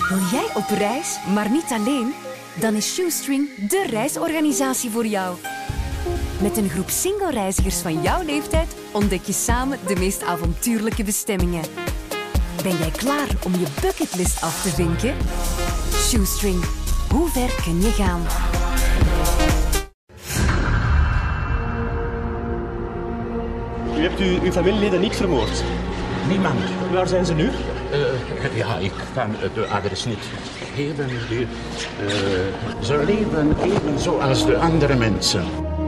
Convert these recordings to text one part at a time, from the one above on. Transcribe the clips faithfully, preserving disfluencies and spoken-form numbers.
Wil jij op reis, maar niet alleen? Dan is Shoestring de reisorganisatie voor jou. Met een groep single-reizigers van jouw leeftijd ontdek je samen de meest avontuurlijke bestemmingen. Ben jij klaar om je bucketlist af te vinken? Shoestring. Hoe ver kun je gaan? U hebt u, uw familieleden niet vermoord? Niemand. Waar zijn ze nu? Uh, ja, ik kan de adres niet geven. Uh, ze leven even zoals de andere mensen.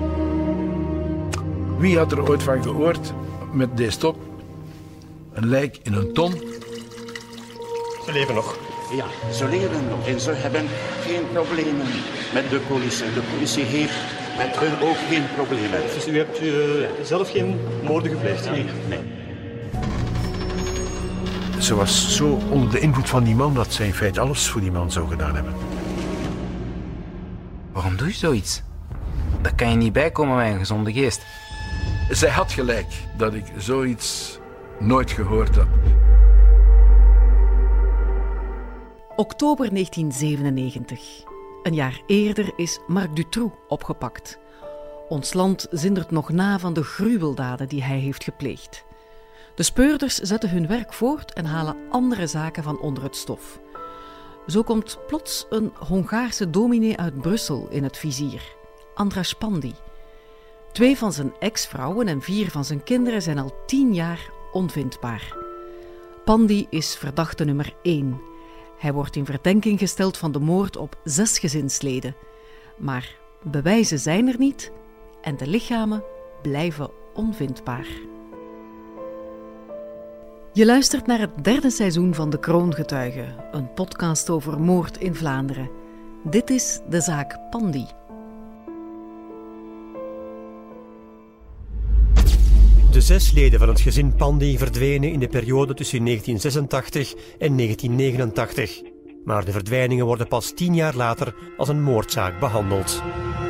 Wie had er ooit van gehoord met deze top? Een lijk in een ton? Ze leven nog. Ja, ze leven nog en ze hebben geen problemen met de politie. De politie heeft met hun ook geen problemen. Dus u hebt uh, zelf geen moorden gepleegd? Nee, nee. Ze was zo onder de invloed van die man dat zij in feite alles voor die man zou gedaan hebben. Waarom doe je zoiets? Daar kan je niet bij komen met een gezonde geest. Zij had gelijk dat ik zoiets nooit gehoord had. Oktober negentien zevenennegentig. Een jaar eerder is Marc Dutroux opgepakt. Ons land zindert nog na van de gruweldaden die hij heeft gepleegd. De speurders zetten hun werk voort en halen andere zaken van onder het stof. Zo komt plots een Hongaarse dominee uit Brussel in het vizier, András Pandy. Twee van zijn ex-vrouwen en vier van zijn kinderen zijn al tien jaar onvindbaar. Pandy is verdachte nummer één. Hij wordt in verdenking gesteld van de moord op zes gezinsleden. Maar bewijzen zijn er niet en de lichamen blijven onvindbaar. Je luistert naar het derde seizoen van De Kroongetuigen, een podcast over moord in Vlaanderen. Dit is de zaak Pandy. De zes leden van het gezin Pandy verdwenen in de periode tussen negentien zesentachtig en negentien negenentachtig. Maar de verdwijningen worden pas tien jaar later als een moordzaak behandeld.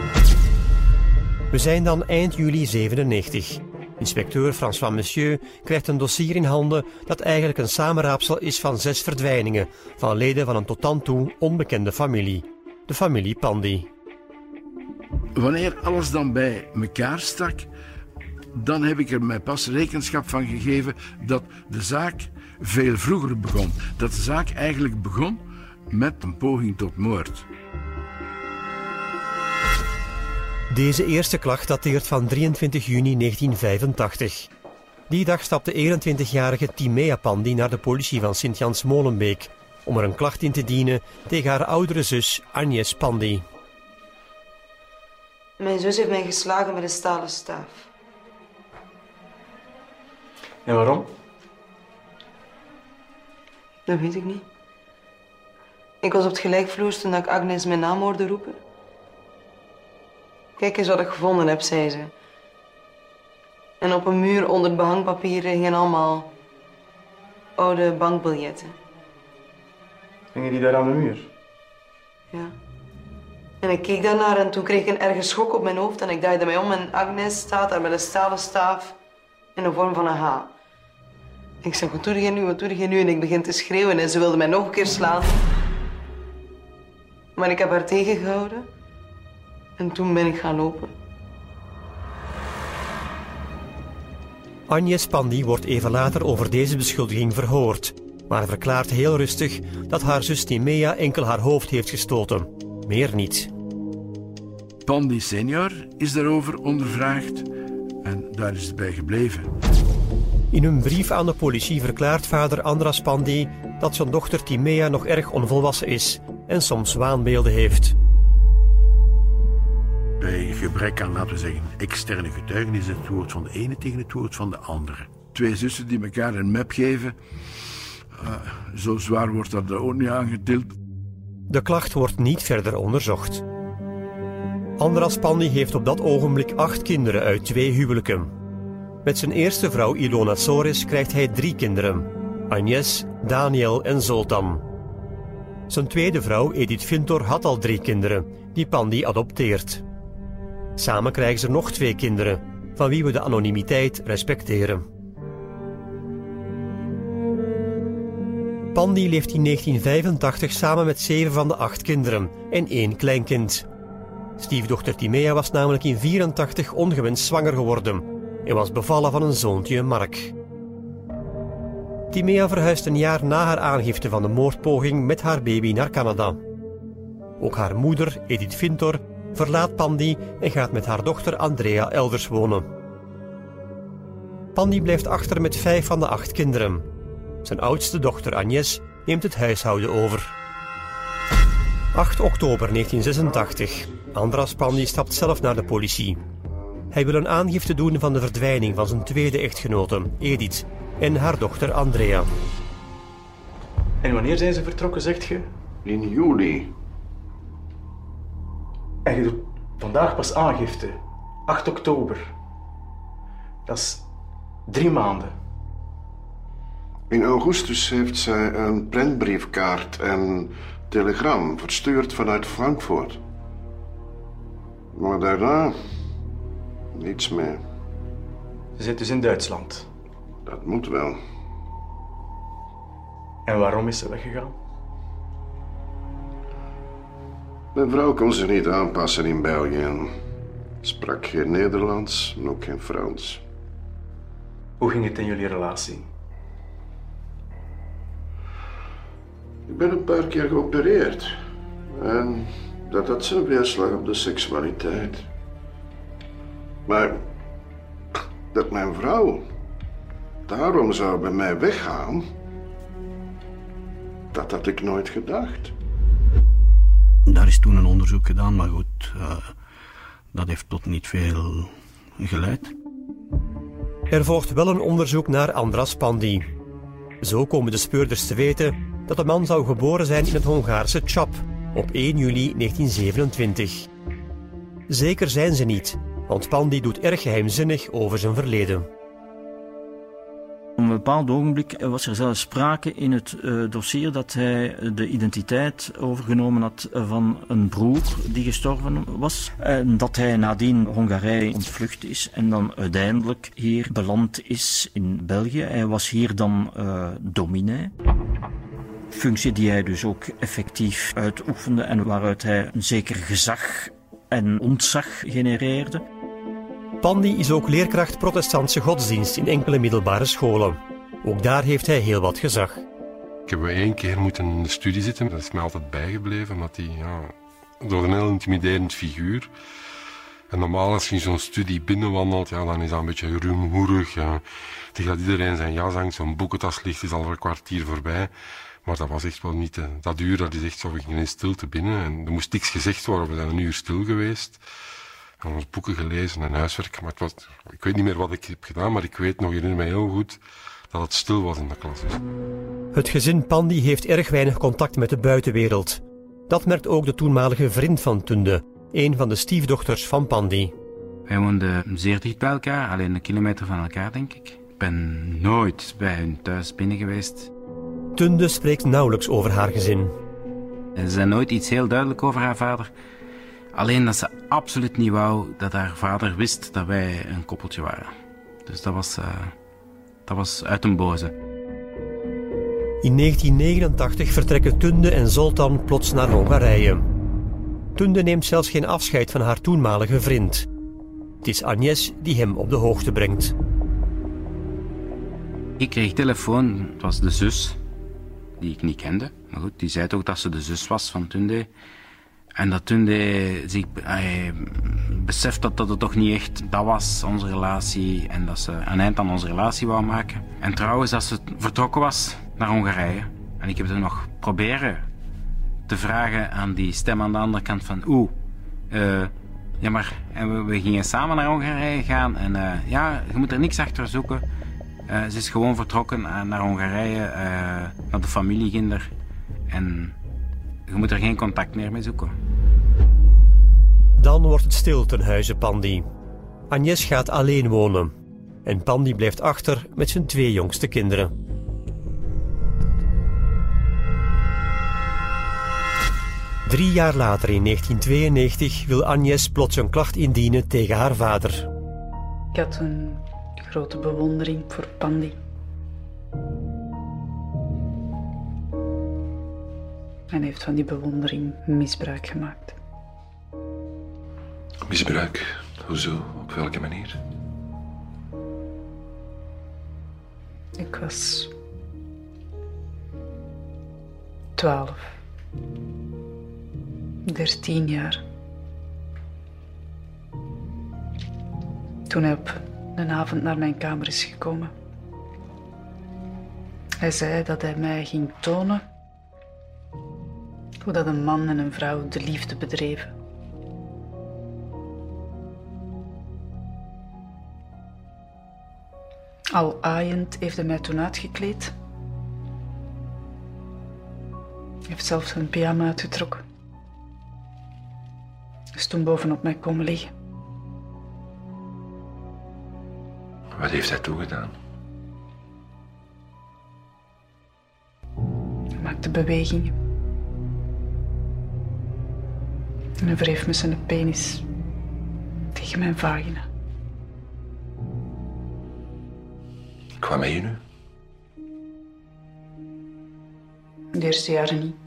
We zijn dan eind juli zevenennegentig. Inspecteur François Monsieur krijgt een dossier in handen dat eigenlijk een samenraapsel is van zes verdwijningen van leden van een tot dan toe onbekende familie. De familie Pandy. Wanneer alles dan bij elkaar stak, dan heb ik er mij pas rekenschap van gegeven dat de zaak veel vroeger begon. Dat de zaak eigenlijk begon met een poging tot moord. Deze eerste klacht dateert van drieëntwintig juni negentien vijfentachtig. Die dag stapt de eenentwintigjarige Timea Pandy naar de politie van Sint-Jans-Molenbeek om er een klacht in te dienen tegen haar oudere zus Agnes Pandy. Mijn zus heeft mij geslagen met een stalen staaf. En waarom? Dat weet ik niet. Ik was op het gelijkvloers toen ik Agnes mijn naam hoorde roepen. Kijk eens wat ik gevonden heb, zei ze. En op een muur onder het behangpapieren hingen allemaal oude bankbiljetten. Hingen die daar aan de muur? Ja. En ik keek daarnaar en toen kreeg ik een erge schok op mijn hoofd en ik draaide mij om en Agnes staat daar met een stalen staaf in de vorm van een H. Ik zeg, wat doe je nu, wat doe je nu? En ik begin te schreeuwen en ze wilde mij nog een keer slaan. Maar ik heb haar tegengehouden. En toen ben ik gaan lopen. Agnes Pandy wordt even later over deze beschuldiging verhoord, maar verklaart heel rustig dat haar zus Timea enkel haar hoofd heeft gestoten. Meer niet. Pandy senior is daarover ondervraagd en daar is het bij gebleven. In een brief aan de politie verklaart vader András Pandy dat zijn dochter Timea nog erg onvolwassen is en soms waanbeelden heeft. Bij gebrek aan, laten we zeggen, externe getuigen is het woord van de ene tegen het woord van de andere. Twee zussen die elkaar een map geven, uh, zo zwaar wordt dat er ook niet aangetild. De klacht wordt niet verder onderzocht. András Pandy heeft op dat ogenblik acht kinderen uit twee huwelijken. Met zijn eerste vrouw Ilona Soares krijgt hij drie kinderen: Agnes, Daniel en Zoltan. Zijn tweede vrouw Edith Fintor had al drie kinderen, die Pandy adopteert. Samen krijgen ze nog twee kinderen, van wie we de anonimiteit respecteren. Pandi leeft in negentien vijfentachtig samen met zeven van de acht kinderen en één kleinkind. Stiefdochter Timea was namelijk in vierentachtig ongewenst zwanger geworden en was bevallen van een zoontje, Mark. Timea verhuist een jaar na haar aangifte van de moordpoging met haar baby naar Canada. Ook haar moeder, Edith Vintor, verlaat Pandi en gaat met haar dochter Andrea elders wonen. Pandi blijft achter met vijf van de acht kinderen. Zijn oudste dochter Agnes neemt het huishouden over. acht oktober negentien zesentachtig. Andras Pandi stapt zelf naar de politie. Hij wil een aangifte doen van de verdwijning van zijn tweede echtgenote, Edith, en haar dochter Andrea. En wanneer zijn ze vertrokken, zegt je? In juli. En je doet vandaag pas aangifte. acht oktober. Dat is drie maanden. In augustus heeft zij een prentbriefkaart en telegram verstuurd vanuit Frankfurt. Maar daarna niets meer. Ze zit dus in Duitsland. Dat moet wel. En waarom is ze weggegaan? Mijn vrouw kon zich niet aanpassen in België en sprak geen Nederlands en ook geen Frans. Hoe ging het in jullie relatie? Ik ben een paar keer geopereerd. En dat had zijn weerslag op de seksualiteit. Maar dat mijn vrouw daarom zou bij mij weggaan, dat had ik nooit gedacht. Daar is toen een onderzoek gedaan, maar goed, uh, dat heeft tot niet veel geleid. Er volgt wel een onderzoek naar Andras Pandi. Zo komen de speurders te weten dat de man zou geboren zijn in het Hongaarse Csap op één juli negentien zevenentwintig. Zeker zijn ze niet, want Pandi doet erg geheimzinnig over zijn verleden. Op een bepaald ogenblik was er zelfs sprake in het uh, dossier dat hij de identiteit overgenomen had van een broer die gestorven was. En dat hij nadien Hongarije ontvlucht is en dan uiteindelijk hier beland is in België. Hij was hier dan uh, dominee. Functie die hij dus ook effectief uitoefende en waaruit hij een zeker gezag en ontzag genereerde. Pandi is ook leerkracht protestantse godsdienst in enkele middelbare scholen. Ook daar heeft hij heel wat gezag. Ik heb één keer moeten in de studie zitten. Dat is mij altijd bijgebleven, omdat hij ja, door een heel intimiderend figuur. En normaal als je in zo'n studie binnenwandelt, ja, dan is dat een beetje rumoerig. Ja. Tegen dat iedereen zijn jas hangt, zo'n boekentas ligt, is al een kwartier voorbij. Maar dat was echt wel niet... Dat uur, dat is echt zo, we gingen in stilte binnen. En er moest niks gezegd worden, we zijn een uur stil geweest. We hebben ons boeken gelezen en huiswerk. Maar het was, ik weet niet meer wat ik heb gedaan, maar ik weet nog, herinner mij heel goed dat het stil was in de klas. Het gezin Pandi heeft erg weinig contact met de buitenwereld. Dat merkt ook de toenmalige vriend van Tunde, een van de stiefdochters van Pandi. Wij woonden zeer dicht bij elkaar, alleen een kilometer van elkaar, denk ik. Ik ben nooit bij hun thuis binnen geweest. Tunde spreekt nauwelijks over haar gezin. Ze zei nooit iets heel duidelijk over haar vader. Alleen dat ze absoluut niet wou dat haar vader wist dat wij een koppeltje waren. Dus dat was, uh, dat was uit een boze. In negentien negenentachtig vertrekken Tunde en Zoltan plots naar Hongarije. Tunde neemt zelfs geen afscheid van haar toenmalige vriend. Het is Agnes die hem op de hoogte brengt. Ik kreeg telefoon, het was de zus, die ik niet kende. Maar goed, die zei toch dat ze de zus was van Tunde. En dat Tunde zich hij beseft dat, dat het toch niet echt dat was, onze relatie. En dat ze een eind aan onze relatie wou maken. En trouwens, dat ze vertrokken was naar Hongarije. En ik heb er nog proberen te vragen aan die stem aan de andere kant van... Oeh, uh, ja maar en we, we gingen samen naar Hongarije gaan. En uh, ja, je moet er niks achter zoeken. Uh, ze is gewoon vertrokken uh, naar Hongarije, uh, naar de familiekinder. En je moet er geen contact meer mee zoeken. Dan wordt het stil ten huize Pandi. Agnes gaat alleen wonen. En Pandi blijft achter met zijn twee jongste kinderen. Drie jaar later, in negentien tweeënnegentig, wil Agnes plots een klacht indienen tegen haar vader. Ik had een grote bewondering voor Pandi. En heeft van die bewondering misbruik gemaakt. Misbruik? Hoezo? Op welke manier? Ik was twaalf. Dertien jaar. Toen hij op een avond naar mijn kamer is gekomen. Hij zei dat hij mij ging tonen hoe dat een man en een vrouw de liefde bedreven. Al aaiend heeft hij mij toen uitgekleed. Hij heeft zelfs zijn pyjama uitgetrokken. Hij is toen bovenop mij komen liggen. Wat heeft hij toegedaan? Hij maakte bewegingen. En hij wreef met zijn penis tegen mijn vagina. Kwam hij nu? De eerste jaren niet.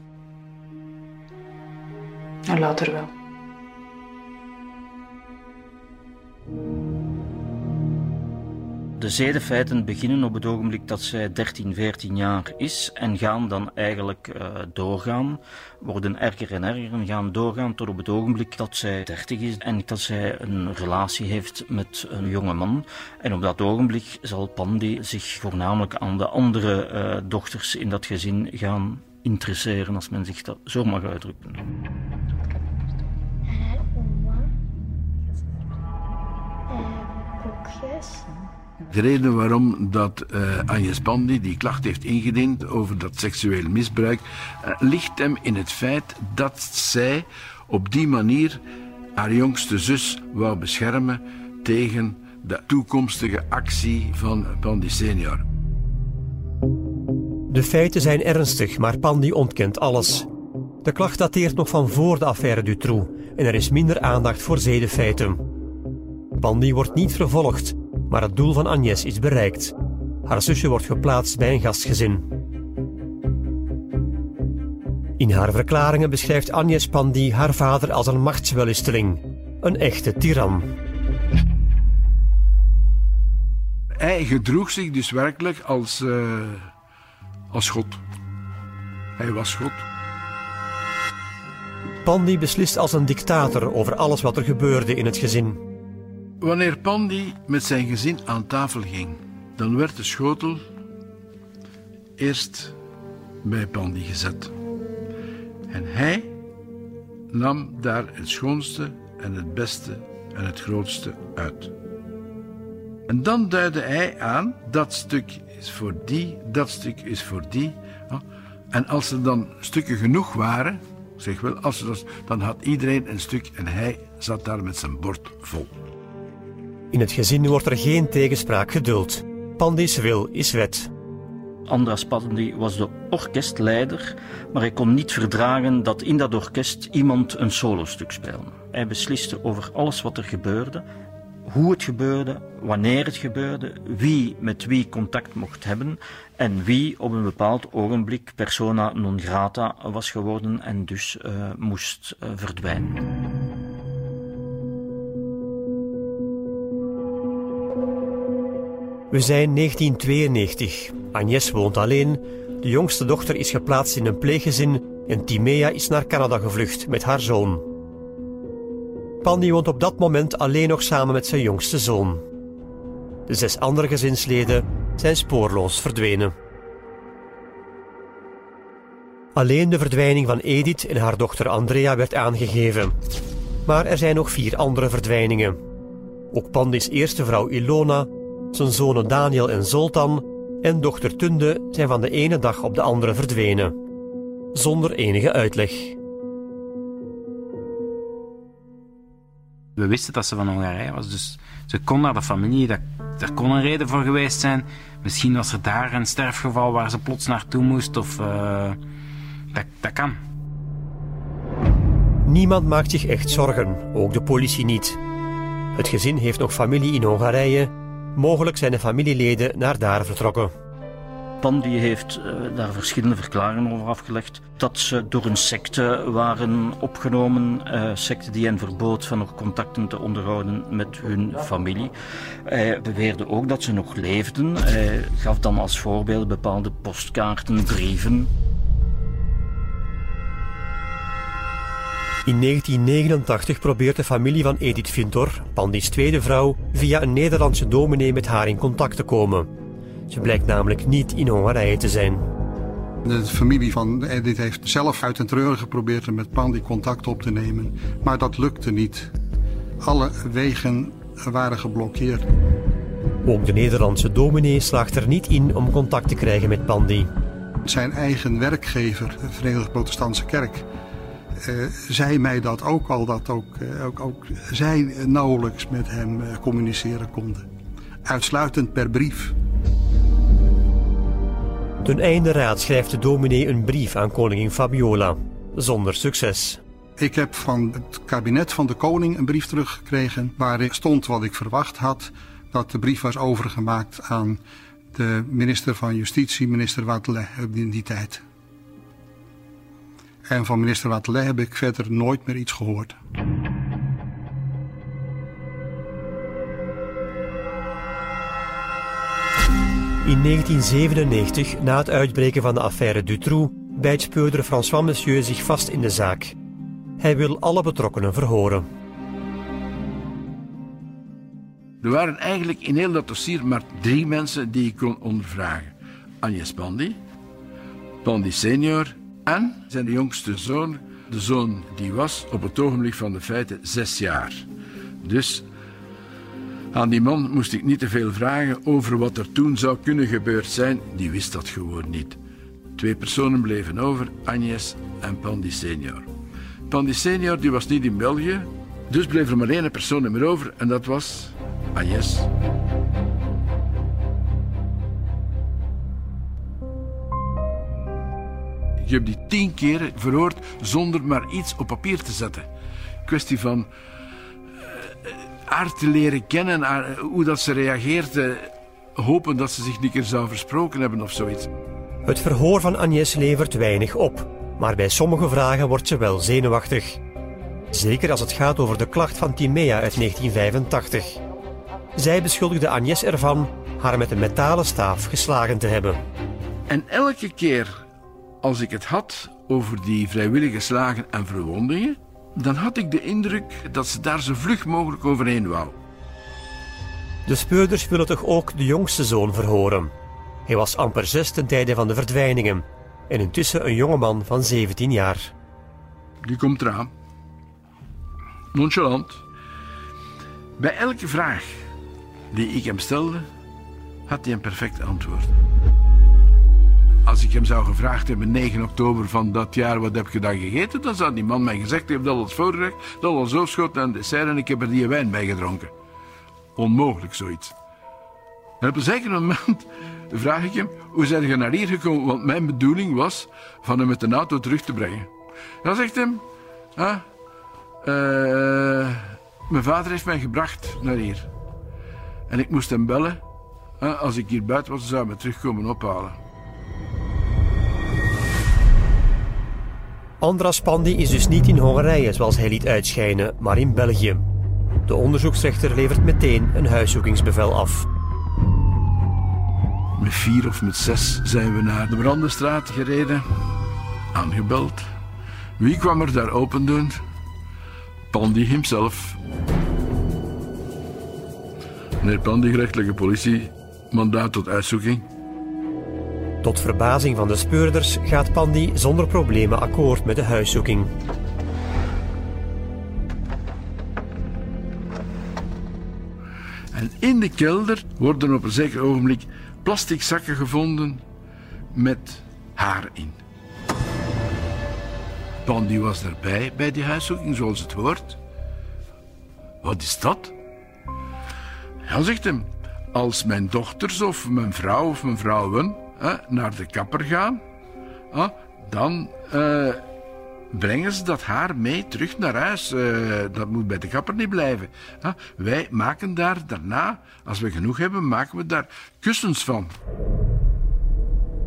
En later wel. De zedenfeiten beginnen op het ogenblik dat zij dertien, veertien jaar is en gaan dan eigenlijk uh, doorgaan, worden erger en erger en gaan doorgaan tot op het ogenblik dat zij dertig is en dat zij een relatie heeft met een jonge man. En op dat ogenblik zal Pandy zich voornamelijk aan de andere uh, dochters in dat gezin gaan interesseren, als men zich dat zo mag uitdrukken. De reden waarom dat uh, Agnes Pandy die klacht heeft ingediend over dat seksueel misbruik, uh, ligt hem in het feit dat zij op die manier haar jongste zus wou beschermen tegen de toekomstige actie van Pandy senior. De feiten zijn ernstig, maar Pandy ontkent alles. De klacht dateert nog van voor de affaire Dutroux en er is minder aandacht voor zedenfeiten. Pandy wordt niet vervolgd, maar het doel van Agnes is bereikt. Haar zusje wordt geplaatst bij een gastgezin. In haar verklaringen beschrijft Agnes Pandy haar vader als een machtswellusteling, een echte tiran. Hij gedroeg zich dus werkelijk als, uh, als God. Hij was God. Pandy beslist als een dictator over alles wat er gebeurde in het gezin. Wanneer Pandy met zijn gezin aan tafel ging, dan werd de schotel eerst bij Pandy gezet. En hij nam daar het schoonste en het beste en het grootste uit. En dan duidde hij aan, dat stuk is voor die, dat stuk is voor die. En als er dan stukken genoeg waren, zeg wel, als er, dan had iedereen een stuk en hij zat daar met zijn bord vol. In het gezin wordt er geen tegenspraak geduld. Pandy's wil is wet. Andras Pandy was de orkestleider, maar hij kon niet verdragen dat in dat orkest iemand een solostuk speelde. Hij besliste over alles wat er gebeurde, hoe het gebeurde, wanneer het gebeurde, wie met wie contact mocht hebben en wie op een bepaald ogenblik persona non grata was geworden en dus uh, moest uh, verdwijnen. We zijn negentien tweeënnegentig. Agnes woont alleen, de jongste dochter is geplaatst in een pleeggezin en Timea is naar Canada gevlucht met haar zoon. Pandy woont op dat moment alleen nog samen met zijn jongste zoon. De zes andere gezinsleden zijn spoorloos verdwenen. Alleen de verdwijning van Edith en haar dochter Andrea werd aangegeven. Maar er zijn nog vier andere verdwijningen. Ook Pandy's eerste vrouw Ilona, zijn zonen Daniel en Zoltan en dochter Tunde zijn van de ene dag op de andere verdwenen. Zonder enige uitleg. We wisten dat ze van Hongarije was, dus ze kon naar de familie. Dat, daar kon een reden voor geweest zijn. Misschien was er daar een sterfgeval waar ze plots naartoe moest. Of, uh, dat, dat kan. Niemand maakt zich echt zorgen, ook de politie niet. Het gezin heeft nog familie in Hongarije. Mogelijk zijn de familieleden naar daar vertrokken. Pandy heeft uh, daar verschillende verklaringen over afgelegd. Dat ze door een secte waren opgenomen, uh, secte die hen verbood van nog contacten te onderhouden met hun familie. Hij beweerde ook dat ze nog leefden. Hij gaf dan als voorbeeld bepaalde postkaarten, brieven. In negentien negenentachtig probeert de familie van Edith Vintor, Pandy's tweede vrouw, via een Nederlandse dominee met haar in contact te komen. Ze blijkt namelijk niet in Hongarije te zijn. De familie van Edith heeft zelf uit den treuren geprobeerd om met Pandy contact op te nemen, maar dat lukte niet. Alle wegen waren geblokkeerd. Ook de Nederlandse dominee slaagt er niet in om contact te krijgen met Pandy. Zijn eigen werkgever, de Verenigde Protestantse Kerk, Uh, zei mij dat ook al, dat ook, uh, ook, ook zij nauwelijks met hem uh, communiceren konden. Uitsluitend per brief. Ten einde raad schrijft de dominee een brief aan koningin Fabiola, zonder succes. Ik heb van het kabinet van de koning een brief teruggekregen waarin stond wat ik verwacht had, dat de brief was overgemaakt aan de minister van Justitie, minister Wathelet, in die tijd. En van minister Wathelet heb ik verder nooit meer iets gehoord. In negentien zevenennegentig, na het uitbreken van de affaire Dutroux, bijt speurder François Messieu zich vast in de zaak. Hij wil alle betrokkenen verhoren. Er waren eigenlijk in heel dat dossier maar drie mensen die ik kon ondervragen. Agnes Pandy, Pandy senior en zijn jongste zoon, de zoon die was op het ogenblik van de feiten zes jaar. Dus aan die man moest ik niet te veel vragen over wat er toen zou kunnen gebeurd zijn. Die wist dat gewoon niet. Twee personen bleven over, Agnes en Pandy senior. Pandy senior die was niet in België, dus bleef er maar één persoon meer over en dat was Agnes. Ik heb die tien keren verhoord zonder maar iets op papier te zetten. Kwestie van uh, haar te leren kennen, haar, hoe dat ze reageerde, hopen dat ze zich niet keer zou versproken hebben of zoiets. Het verhoor van Agnes levert weinig op, maar bij sommige vragen wordt ze wel zenuwachtig. Zeker als het gaat over de klacht van Timea uit negentien vijfentachtig. Zij beschuldigde Agnes ervan haar met een metalen staaf geslagen te hebben. En elke keer als ik het had over die vrijwillige slagen en verwondingen, dan had ik de indruk dat ze daar zo vlug mogelijk overheen wou. De speurders willen toch ook de jongste zoon verhoren. Hij was amper zes ten tijde van de verdwijningen en intussen een jongeman van zeventien jaar. Die komt eraan. Nonchalant. Bij elke vraag die ik hem stelde, had hij een perfect antwoord. Als ik hem zou gevraagd hebben, negen oktober van dat jaar, wat heb je dan gegeten? Dan zou die man mij gezegd hebben dat het voorgerecht, dat ons hoofdschoot en dessert en ik heb er die wijn bij gedronken. Onmogelijk zoiets. En op een zeker moment vraag ik hem, hoe zijn je naar hier gekomen? Want mijn bedoeling was van hem met de auto terug te brengen. Dan zegt hem, ah, uh, mijn vader heeft mij gebracht naar hier. En ik moest hem bellen. Ah, als ik hier buiten was, zou hij me terugkomen ophalen. Andras Pandy is dus niet in Hongarije, zoals hij liet uitschijnen, maar in België. De onderzoeksrechter levert meteen een huiszoekingsbevel af. Met vier of met zes zijn we naar de Brandenstraat gereden, aangebeld. Wie kwam er daar open doen? Pandy himself. Meneer Pandy, gerechtelijke politie, mandaat tot uitzoeking. Tot verbazing van de speurders gaat Pandy zonder problemen akkoord met de huiszoeking. En in de kelder worden op een zeker ogenblik plastic zakken gevonden met haar in. Pandy was erbij bij die huiszoeking, zoals het hoort. Wat is dat? Hij zegt hem, als mijn dochters of mijn vrouw of mijn vrouwen eh, naar de kapper gaan, eh, dan eh, brengen ze dat haar mee terug naar huis. Uh, dat moet bij de kapper niet blijven. Uh, wij maken daar daarna, als we genoeg hebben, maken we daar kussens van.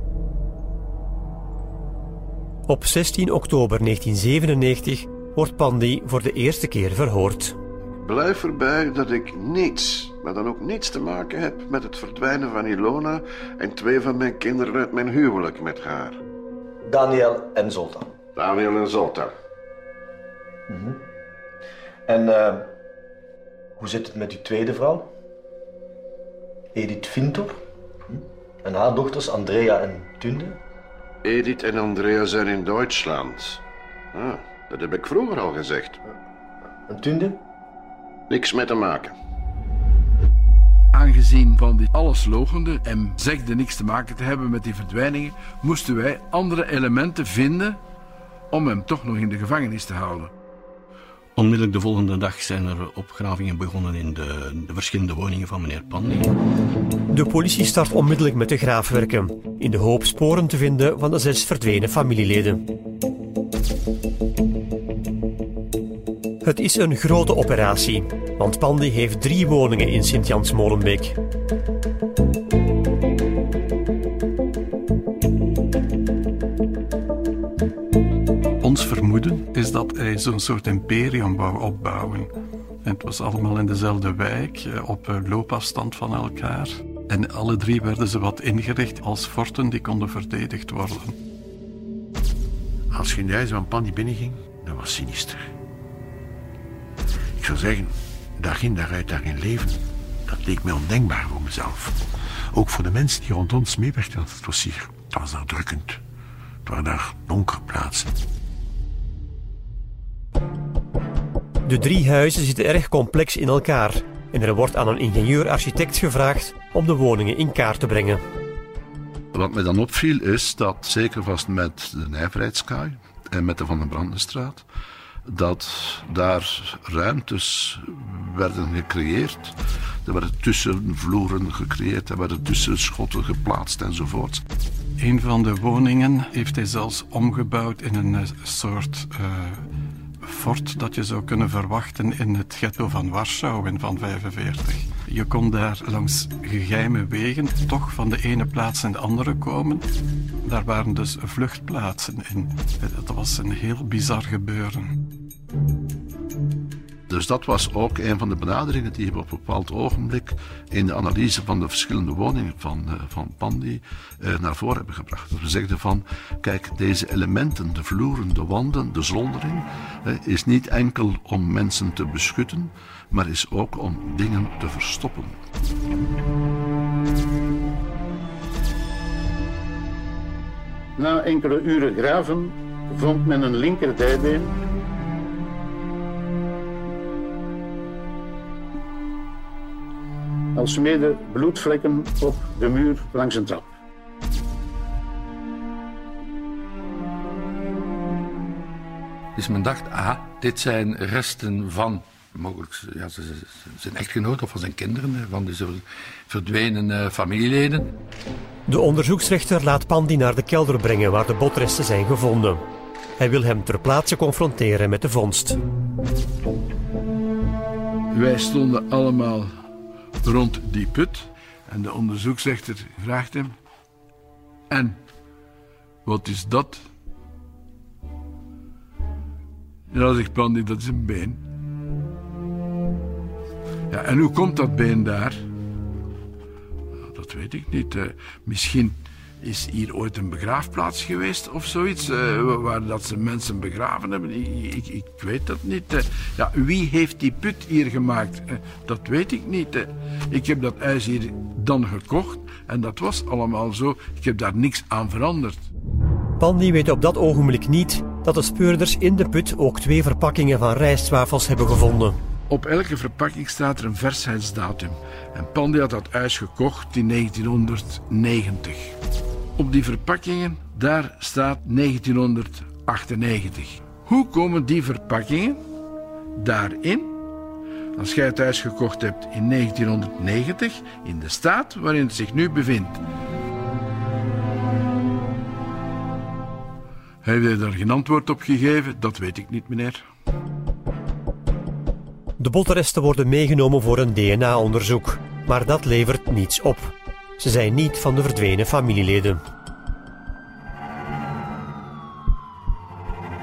Op zestien oktober negentien zevenennegentig wordt Pandy voor de eerste keer verhoord. Blijf erbij dat ik niets, maar dan ook niets te maken heb met het verdwijnen van Ilona en twee van mijn kinderen uit mijn huwelijk met haar. Daniel en Zoltan. Daniel en Zoltan. Mm-hmm. En uh, hoe zit het met uw tweede vrouw? Edith Vintor? Hm? En haar dochters Andrea en Tunde? Edith en Andrea zijn in Duitsland. Ah, dat heb ik vroeger al gezegd. En Tunde? Niks mee te maken. Aangezien Pandy alles loochende en zegde niks te maken te hebben met die verdwijningen, moesten wij andere elementen vinden om hem toch nog in de gevangenis te houden. Onmiddellijk de volgende dag zijn er opgravingen begonnen in de, de verschillende woningen van meneer Pandy. De politie start onmiddellijk met de graafwerken, in de hoop sporen te vinden van de zes verdwenen familieleden. Het is een grote operatie, want Pandy heeft drie woningen in Sint-Jans-Molenbeek. Ons vermoeden is dat hij zo'n soort imperium wou opbouwen. En het was allemaal in dezelfde wijk, op loopafstand van elkaar. En alle drie werden ze wat ingericht als forten die konden verdedigd worden. Als je in de huis van Pandy binnenging, dat was sinister. Ik zou zeggen, dag in dag uit daarin leven, dat leek mij ondenkbaar voor mezelf. Ook voor de mensen die rond ons meewerkten, want het was hier, het was daar drukkend. Het waren daar donkere plaatsen. De drie huizen zitten erg complex in elkaar en er wordt aan een ingenieur-architect gevraagd om de woningen in kaart te brengen. Wat mij dan opviel is dat, zeker vast met de Nijverheidskaai en met de Van den Brandenstraat, dat daar ruimtes werden gecreëerd. Er werden tussenvloeren gecreëerd, er werden tussenschotten geplaatst enzovoort. Een van de woningen heeft hij zelfs omgebouwd in een soort uh, fort dat je zou kunnen verwachten in het ghetto van Warschau in van vijfenveertig. Je kon daar langs geheime wegen toch van de ene plaats in de andere komen. Daar waren dus vluchtplaatsen in. Dat was een heel bizar gebeuren. Dus dat was ook een van de benaderingen die we op een bepaald ogenblik in de analyse van de verschillende woningen van, uh, van Pandy uh, naar voren hebben gebracht. Dus we zegden van, kijk, deze elementen, de vloeren, de wanden, de zoldering, uh, is niet enkel om mensen te beschutten, maar is ook om dingen te verstoppen. Na enkele uren graven vond men een linkerdijbeen alsmede bloedvlekken op de muur langs een trap. Dus men dacht, ah, dit zijn resten van, mogelijk ja, zijn echtgenoot of van zijn kinderen, van deze verdwenen uh, familieleden. De onderzoeksrechter laat Pandy naar de kelder brengen waar de botresten zijn gevonden. Hij wil hem ter plaatse confronteren met de vondst. Wij stonden allemaal rond die put en de onderzoeksrechter vraagt hem: en wat is dat? Ja, zegt Pandy, dat is een been. Ja, en hoe komt dat been daar? Dat weet ik niet. Uh, misschien is hier ooit een begraafplaats geweest of zoiets, uh, waar dat ze mensen begraven hebben. Ik, ik, ik weet dat niet. Uh, ja, wie heeft die put hier gemaakt? Uh, dat weet ik niet. Uh, ik heb dat huis hier dan gekocht en dat was allemaal zo. Ik heb daar niks aan veranderd. Pandy weet op dat ogenblik niet dat de speurders in de put ook twee verpakkingen van rijstwafels hebben gevonden. Op elke verpakking staat er een versheidsdatum. En Pandy had dat huis gekocht in negentienhonderdnegentig. Op die verpakkingen, daar staat negentienhonderdachtennegentig. Hoe komen die verpakkingen daarin? Als jij het huis gekocht hebt in negentienhonderdnegentig, in de staat waarin het zich nu bevindt. Hij heeft daar geen antwoord op gegeven, dat weet ik niet, meneer. De botresten worden meegenomen voor een D N A-onderzoek, maar dat levert niets op. Ze zijn niet van de verdwenen familieleden.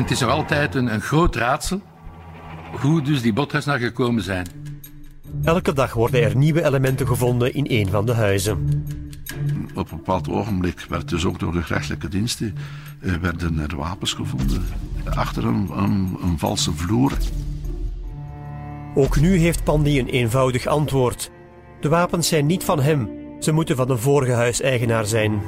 Het is nog altijd een, een groot raadsel hoe dus die botresten daar gekomen zijn. Elke dag worden er nieuwe elementen gevonden in een van de huizen. Op een bepaald ogenblik werd dus ook door de gerechtelijke diensten eh, werden er wapens gevonden achter een, een, een valse vloer. Ook nu heeft Pandy een eenvoudig antwoord. De wapens zijn niet van hem. Ze moeten van de vorige huiseigenaar zijn.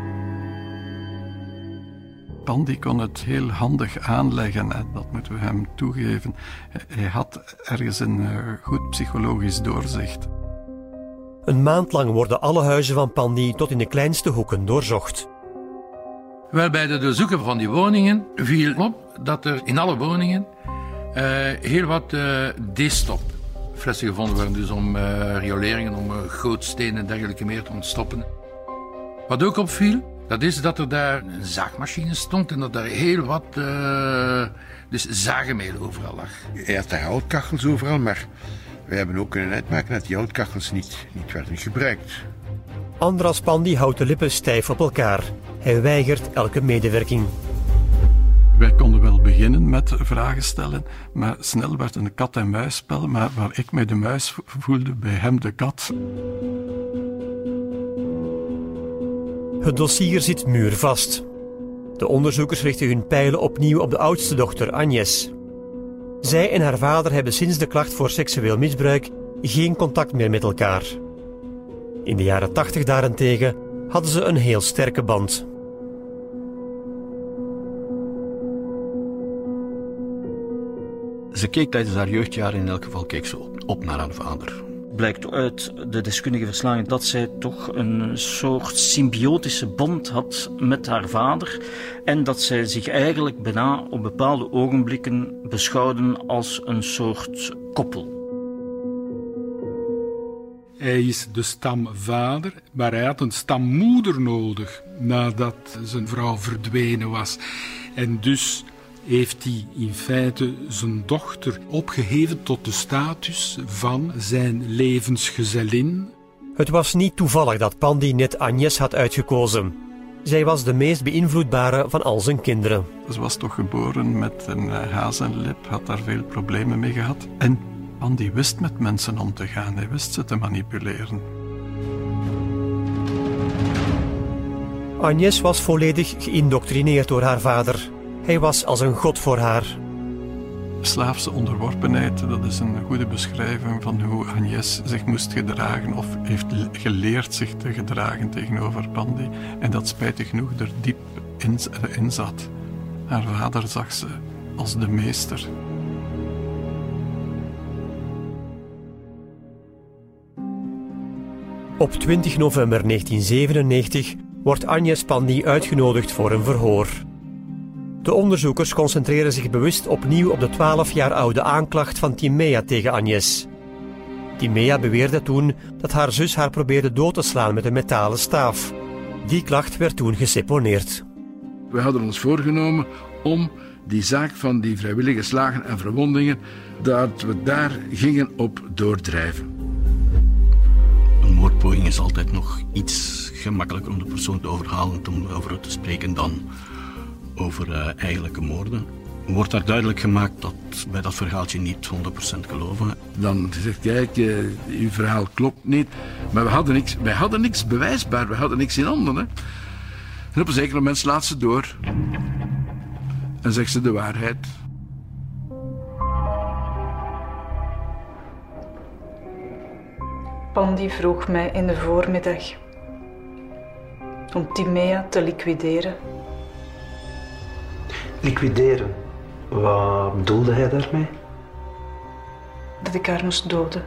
Pandy kon het heel handig aanleggen, en dat moeten we hem toegeven. Hij had ergens een uh, goed psychologisch doorzicht. Een maand lang worden alle huizen van Pandy tot in de kleinste hoeken doorzocht. Wel, bij de doorzoeken van die woningen viel op dat er in alle woningen uh, heel wat uh, D-stop-flessen gevonden werden. Dus om uh, rioleringen, om uh, gootstenen en dergelijke meer te ontstoppen. Wat ook opviel, dat is dat er daar een zaagmachine stond en dat daar heel wat uh, dus zagenmeel overal lag. Hij had daar houtkachels overal, maar wij hebben ook kunnen uitmaken dat die houtkachels niet, niet werden gebruikt. Andras Pandy houdt de lippen stijf op elkaar. Hij weigert elke medewerking. Wij konden wel beginnen met vragen stellen, maar snel werd een kat-en-muisspel, maar waar ik mij de muis voelde, bij hem de kat. Het dossier zit muurvast. De onderzoekers richten hun pijlen opnieuw op de oudste dochter, Agnes. Zij en haar vader hebben sinds de klacht voor seksueel misbruik geen contact meer met elkaar. In de jaren tachtig daarentegen hadden ze een heel sterke band. Ze keek tijdens haar jeugdjaren in elk geval keek ze op, op naar haar vader. Blijkt uit de deskundige verslagen dat zij toch een soort symbiotische band had met haar vader en dat zij zich eigenlijk bijna op bepaalde ogenblikken beschouwden als een soort koppel. Hij is de stamvader, maar hij had een stammoeder nodig nadat zijn vrouw verdwenen was. En dus heeft hij in feite zijn dochter opgeheven tot de status van zijn levensgezellin. Het was niet toevallig dat Pandy net Agnes had uitgekozen. Zij was de meest beïnvloedbare van al zijn kinderen. Ze was toch geboren met een hazenlip, had daar veel problemen mee gehad. En Pandy wist met mensen om te gaan, hij wist ze te manipuleren. Agnes was volledig geïndoctrineerd door haar vader. Hij was als een god voor haar. Slaafse onderworpenheid, dat is een goede beschrijving van hoe Agnes zich moest gedragen of heeft geleerd zich te gedragen tegenover Pandy. En dat spijtig genoeg er diep in, in zat. Haar vader zag ze als de meester. Op twintig november negentien zevenennegentig wordt Agnes Pandy uitgenodigd voor een verhoor. De onderzoekers concentreren zich bewust opnieuw op de twaalf jaar oude aanklacht van Timea tegen Agnes. Timea beweerde toen dat haar zus haar probeerde dood te slaan met een metalen staaf. Die klacht werd toen geseponeerd. We hadden ons voorgenomen om die zaak van die vrijwillige slagen en verwondingen, dat we daar gingen op doordrijven. Een moordpoging is altijd nog iets gemakkelijker om de persoon te overhalen om over het te spreken dan over uh, eigenlijke moorden. Wordt daar duidelijk gemaakt dat wij dat verhaaltje niet honderd procent geloven. Dan zegt kijk, uh, uw verhaal klopt niet. Maar we hadden niks, wij hadden niks bewijsbaar, we hadden niks in handen. Hè? En op een zeker moment slaat ze door. En zegt ze de waarheid. Pandy vroeg mij in de voormiddag om Timea te liquideren. Liquideren? Wat bedoelde hij daarmee? Dat ik haar moest doden.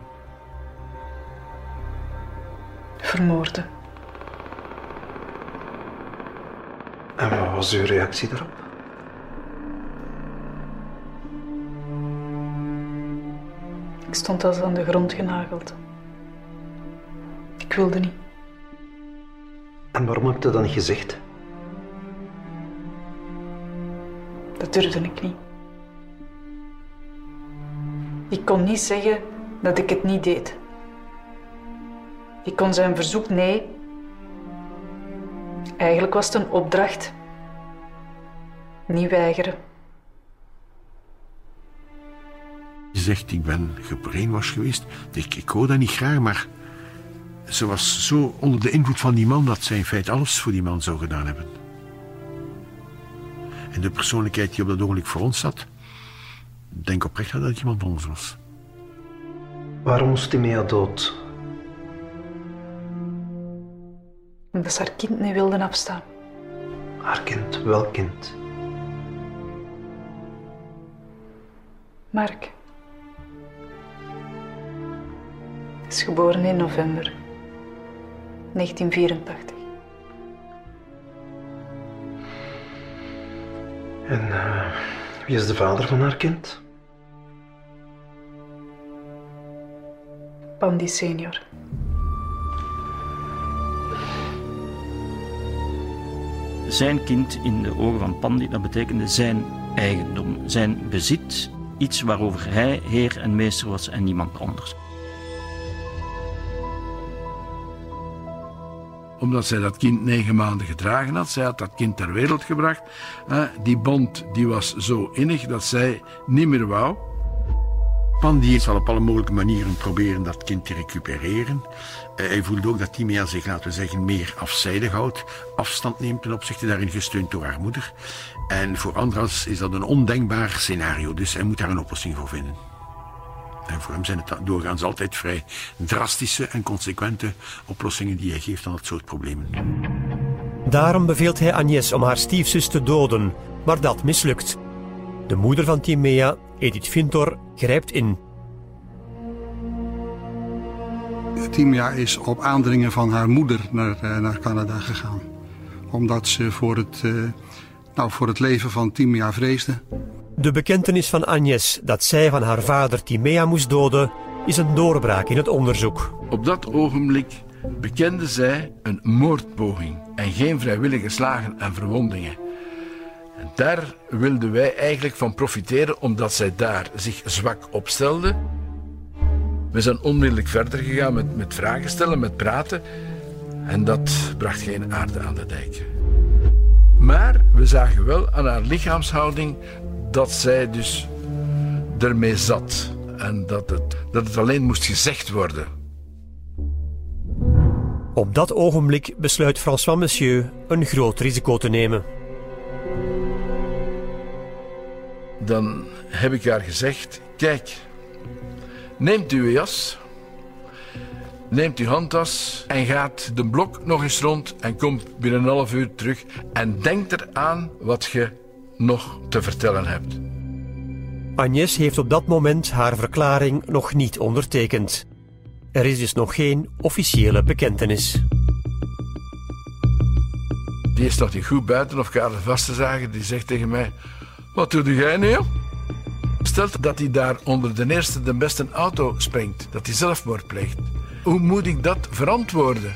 Vermoorden. En wat was uw reactie daarop? Ik stond als aan de grond genageld. Ik wilde niet. En waarom heb je dat niet gezegd? Dat durfde ik niet. Ik kon niet zeggen dat ik het niet deed. Ik kon zijn verzoek nee. Eigenlijk was het een opdracht. Niet weigeren. Je zegt, ik ben gebrainwashed geweest. Ik, ik hoor dat niet graag, maar ze was zo onder de invloed van die man dat zij in feite alles voor die man zou gedaan hebben. En de persoonlijkheid die op dat ogenblik voor ons zat, denk oprecht dat het iemand anders was. Waarom moest Timea dood? Omdat ze haar kind niet wilde afstaan. Haar kind? Welk kind? Mark. Hij is geboren in november negentien vierentachtig. En uh, wie is de vader van haar kind? Pandy senior. Zijn kind in de ogen van Pandy, dat betekende zijn eigendom, zijn bezit, iets waarover hij heer en meester was en niemand anders. Omdat zij dat kind negen maanden gedragen had, zij had dat kind ter wereld gebracht. Die band die was zo innig dat zij niet meer wou. Pandy zal op alle mogelijke manieren proberen dat kind te recupereren. Uh, hij voelde ook dat Timea zich, laten we zeggen, meer afzijdig houdt, afstand neemt ten opzichte, daarin gesteund door haar moeder. En voor Andras is dat een ondenkbaar scenario, dus hij moet daar een oplossing voor vinden. En voor hem zijn het doorgaans altijd vrij drastische en consequente oplossingen die hij geeft aan dat soort problemen. Daarom beveelt hij Agnès om haar stiefzus te doden, maar dat mislukt. De moeder van Timea, Edith Fintor, grijpt in. Timea is op aandringen van haar moeder naar, naar Canada gegaan. Omdat ze voor het, uh, nou, voor het leven van Timea vreesde. De bekentenis van Agnès dat zij van haar vader Timea moest doden, is een doorbraak in het onderzoek. Op dat ogenblik bekende zij een moordpoging en geen vrijwillige slagen en verwondingen. En daar wilden wij eigenlijk van profiteren, omdat zij daar zich zwak opstelde. We zijn onmiddellijk verder gegaan met, met vragen stellen, met praten. En dat bracht geen aarde aan de dijk. Maar we zagen wel aan haar lichaamshouding dat zij dus ermee zat. En dat het, dat het alleen moest gezegd worden. Op dat ogenblik besluit François Monsieur een groot risico te nemen. Dan heb ik haar gezegd, kijk, neemt uw jas, neemt uw handtas en gaat de blok nog eens rond en komt binnen een half uur terug en denkt eraan wat je nog te vertellen hebt. Agnès heeft op dat moment haar verklaring nog niet ondertekend. Er is dus nog geen officiële bekentenis. Die is nog niet goed buiten of Karel vast te zagen, die zegt tegen mij, wat doe jij nu? Stelt dat hij daar onder de eerste de beste auto springt, dat hij zelfmoord pleegt. Hoe moet ik dat verantwoorden?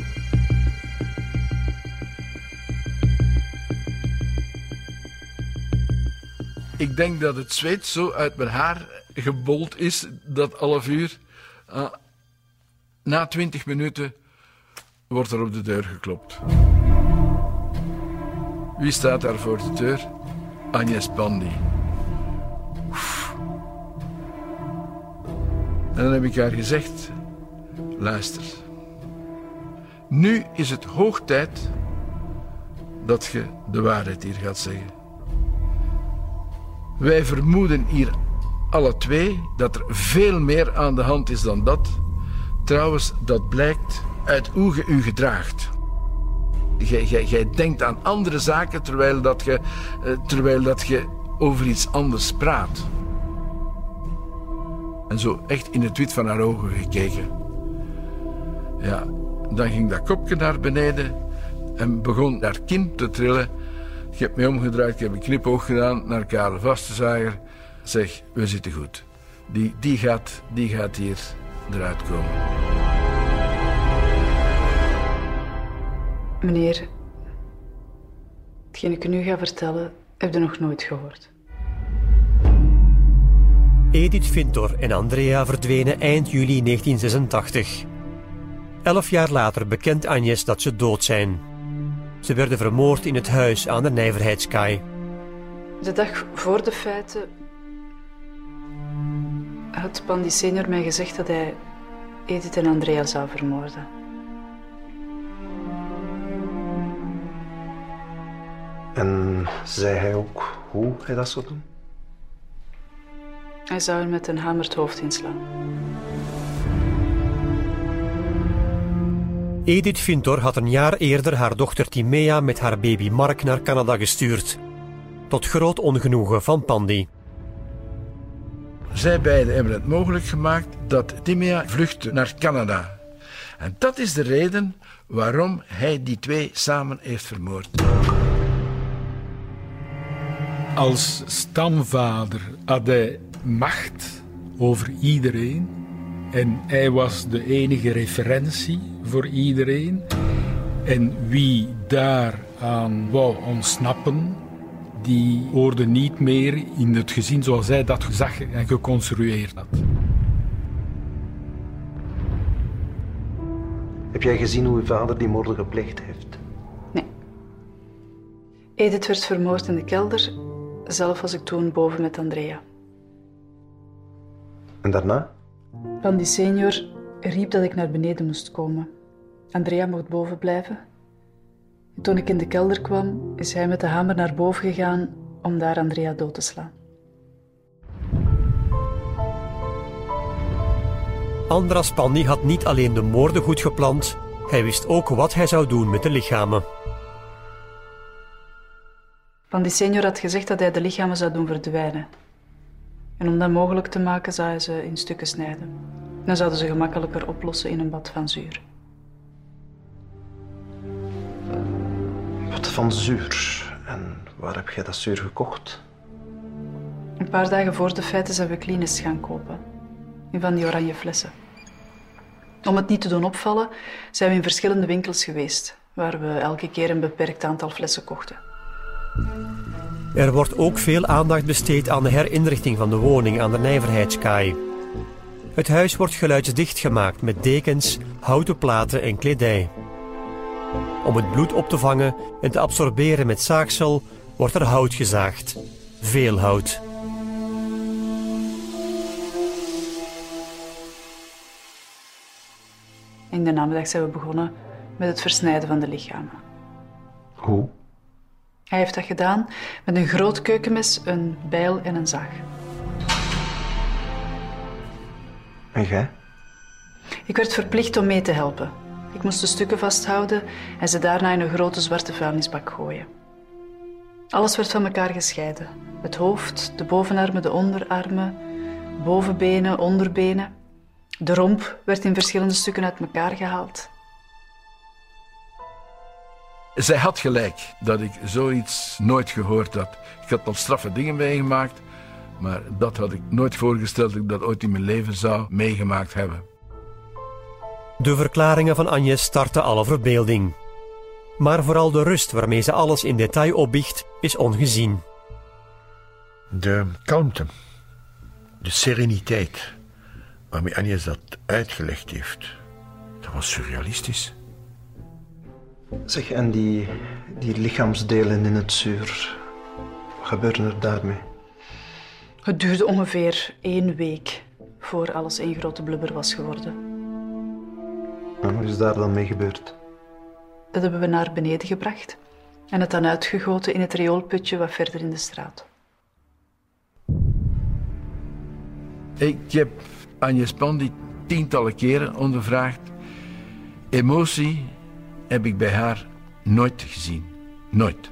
Ik denk dat het zweet zo uit mijn haar gebold is, dat half uur. Uh, na twintig minuten wordt er op de deur geklopt. Wie staat daar voor de deur? Agnès Pandy. Oef. En dan heb ik haar gezegd, luister. Nu is het hoog tijd dat je de waarheid hier gaat zeggen. Wij vermoeden hier alle twee dat er veel meer aan de hand is dan dat. Trouwens, dat blijkt uit hoe je u gedraagt. Jij, jij, jij denkt aan andere zaken terwijl dat je, terwijl dat je over iets anders praat. En zo echt in het wit van haar ogen gekeken. Ja, dan ging dat kopje naar beneden en begon haar kin te trillen. Ik heb me omgedraaid, ik heb een knipoog gedaan naar Karel Vastenzager. Zeg, we zitten goed. Die, die, gaat, die gaat hier eruit komen. Meneer, hetgeen ik u nu ga vertellen, heb je nog nooit gehoord. Edith Fintor en Andrea verdwenen eind juli negentien zesentachtig. Elf jaar later bekent Agnès dat ze dood zijn. Ze werden vermoord in het huis aan de Nijverheidskaai. De dag voor de feiten had Pandy senior mij gezegd dat hij Edith en Andrea zou vermoorden. En zei hij ook hoe hij dat zou doen? Hij zou hem met een hamer het hoofd inslaan. Edith Fintor had een jaar eerder haar dochter Timea met haar baby Mark naar Canada gestuurd. Tot groot ongenoegen van Pandy. Zij beiden hebben het mogelijk gemaakt dat Timea vluchtte naar Canada. En dat is de reden waarom hij die twee samen heeft vermoord. Als stamvader had hij macht over iedereen. En hij was de enige referentie voor iedereen. En wie daaraan wou ontsnappen, die hoorde niet meer in het gezin zoals hij dat zag en geconstrueerd had. Heb jij gezien hoe uw vader die moorden gepleegd heeft? Nee. Edith werd vermoord in de kelder. Zelf was ik toen boven met Andrea. En daarna? Pandy senior riep dat ik naar beneden moest komen. Andrea mocht boven blijven. Toen ik in de kelder kwam, is hij met de hamer naar boven gegaan om daar Andrea dood te slaan. Andras Pandy had niet alleen de moorden goed gepland, hij wist ook wat hij zou doen met de lichamen. Pandy senior had gezegd dat hij de lichamen zou doen verdwijnen. En om dat mogelijk te maken zou hij ze in stukken snijden. Dan zouden ze gemakkelijker oplossen in een bad van zuur. Wat van zuur? En waar heb jij dat zuur gekocht? Een paar dagen voor de feiten zijn we Cleanest gaan kopen. In van die oranje flessen. Om het niet te doen opvallen, zijn we in verschillende winkels geweest, waar we elke keer een beperkt aantal flessen kochten. Er wordt ook veel aandacht besteed aan de herinrichting van de woning aan de Nijverheidskaai. Het huis wordt geluidsdicht gemaakt met dekens, houten platen en kledij. Om het bloed op te vangen en te absorberen met zaagsel wordt er hout gezaagd. Veel hout. In de namiddag zijn we begonnen met het versnijden van de lichamen. Hoe? Hij heeft dat gedaan met een groot keukenmes, een bijl en een zaag. En jij? Ik werd verplicht om mee te helpen. Ik moest de stukken vasthouden en ze daarna in een grote zwarte vuilnisbak gooien. Alles werd van elkaar gescheiden. Het hoofd, de bovenarmen, de onderarmen, bovenbenen, onderbenen. De romp werd in verschillende stukken uit elkaar gehaald. Zij had gelijk dat ik zoiets nooit gehoord had. Ik had al straffe dingen meegemaakt, maar dat had ik nooit voorgesteld dat ik dat ooit in mijn leven zou meegemaakt hebben. De verklaringen van Agnes starten alle verbeelding. Maar vooral de rust waarmee ze alles in detail opbiecht, is ongezien. De kalmte, de sereniteit waarmee Agnes dat uitgelegd heeft, dat was surrealistisch. Zeg, en die, die lichaamsdelen in het zuur, wat gebeurde er daarmee? Het duurde ongeveer één week voor alles één grote blubber was geworden. En wat is daar dan mee gebeurd? Dat hebben we naar beneden gebracht en het dan uitgegoten in het rioolputje wat verder in de straat. Ik heb Agnes Pandy tientallen keren ondervraagd. Emotie heb ik bij haar nooit gezien. Nooit.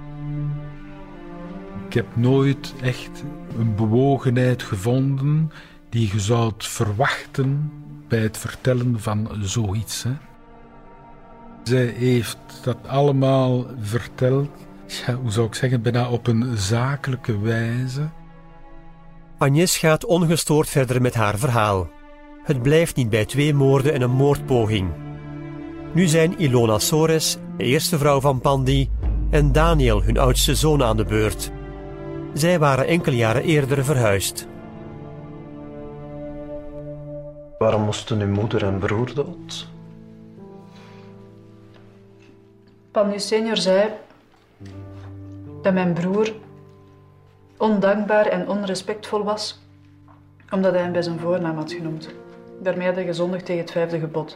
Ik heb nooit echt een bewogenheid gevonden die je zou verwachten bij het vertellen van zoiets. Hè. Zij heeft dat allemaal verteld, ja, hoe zou ik zeggen, bijna op een zakelijke wijze. Agnes gaat ongestoord verder met haar verhaal. Het blijft niet bij twee moorden en een moordpoging. Nu zijn Ilona Sores, de eerste vrouw van Pandy, en Daniel, hun oudste zoon, aan de beurt. Zij waren enkele jaren eerder verhuisd. Waarom moesten uw moeder en broer dood? Pandy senior zei dat mijn broer ondankbaar en onrespectvol was Omdat hij hem bij zijn voornaam had genoemd. Daarmee had hij gezondigd tegen het vijfde gebod.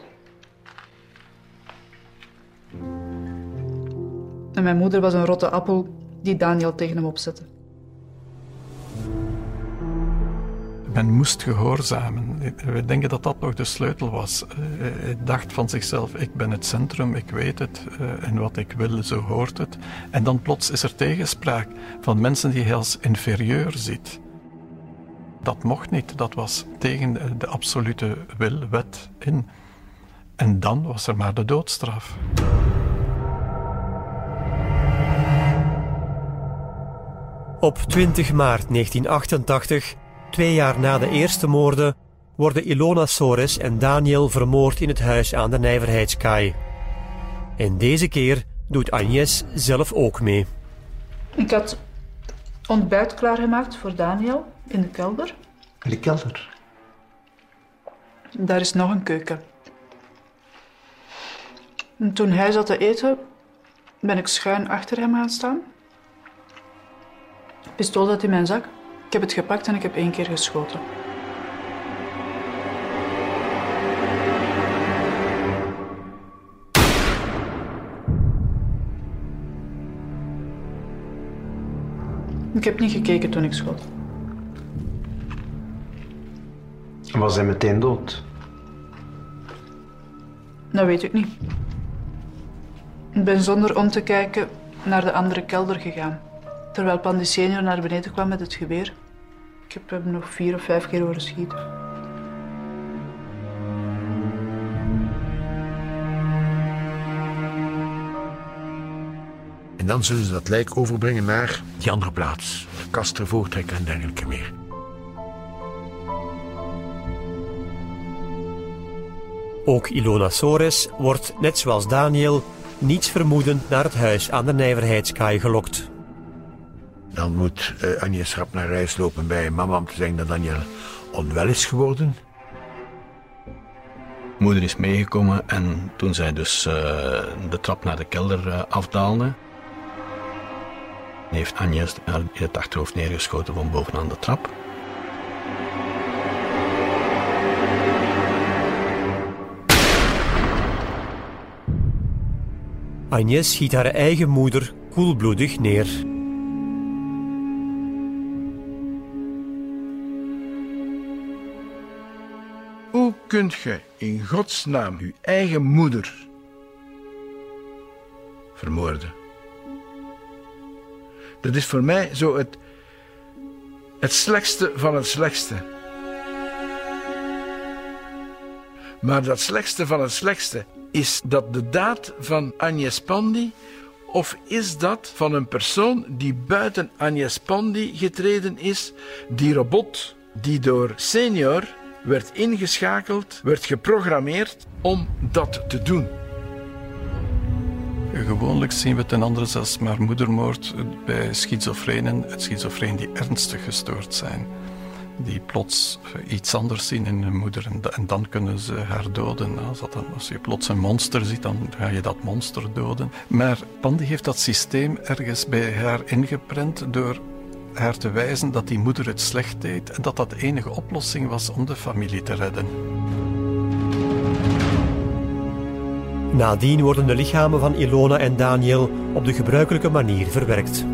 En mijn moeder was een rotte appel die Daniel tegen hem opzette. Men moest gehoorzamen. We denken dat dat nog de sleutel was. Hij dacht van zichzelf, ik ben het centrum, ik weet het, en wat ik wil, zo hoort het. En dan plots is er tegenspraak van mensen die hij als inferieur ziet. Dat mocht niet, dat was tegen de absolute wil, wet in. En dan was er maar de doodstraf. Op twintig maart negentien achtentachtig, twee jaar na de eerste moorden, worden Ilona Soares en Daniel vermoord in het huis aan de Nijverheidskaai. En deze keer doet Agnes zelf ook mee. Ik had ontbijt klaargemaakt voor Daniel in de kelder. In de kelder? Daar is nog een keuken. En toen hij zat te eten, ben ik schuin achter hem gaan staan. Het pistool zat in mijn zak. Ik heb het gepakt en ik heb één keer geschoten. Ik heb niet gekeken toen ik schoot. Was hij meteen dood? Dat weet ik niet. Ik ben zonder om te kijken naar de andere kelder gegaan. Terwijl Pandy senior naar beneden kwam met het geweer. Ik heb hem nog vier of vijf keer horen schieten. En dan zullen ze dat lijk overbrengen naar die andere plaats. De kast ervoor trekken en dergelijke meer. Ook Ilona Soares wordt, net zoals Daniel, niets vermoedend naar het huis aan de Nijverheidskaai gelokt. Dan moet uh, Agnes rap naar huis lopen bij mama om te zeggen dat Daniel onwel is geworden. Moeder is meegekomen en toen zij dus uh, de trap naar de kelder uh, afdaalde, heeft Agnes haar in het achterhoofd neergeschoten van bovenaan de trap. Agnes schiet haar eigen moeder koelbloedig neer. Hoe kunt ge in godsnaam uw eigen moeder vermoorden? Dat is voor mij zo het, het slechtste van het slechtste. Maar dat slechtste van het slechtste, is dat de daad van Agnes Pandy of is dat van een persoon die buiten Agnes Pandy getreden is, die robot die door senior werd ingeschakeld, werd geprogrammeerd om dat te doen? Gewoonlijk zien we ten andere zelfs maar moedermoord bij schizofrenen, het schizofreen die ernstig gestoord zijn. Die plots iets anders zien in hun moeder en, en dan kunnen ze haar doden. Als, dat dan, als je plots een monster ziet, dan ga je dat monster doden. Maar Pandy heeft dat systeem ergens bij haar ingeprent door haar te wijzen dat die moeder het slecht deed en dat dat de enige oplossing was om de familie te redden. Nadien worden de lichamen van Ilona en Daniel op de gebruikelijke manier verwerkt.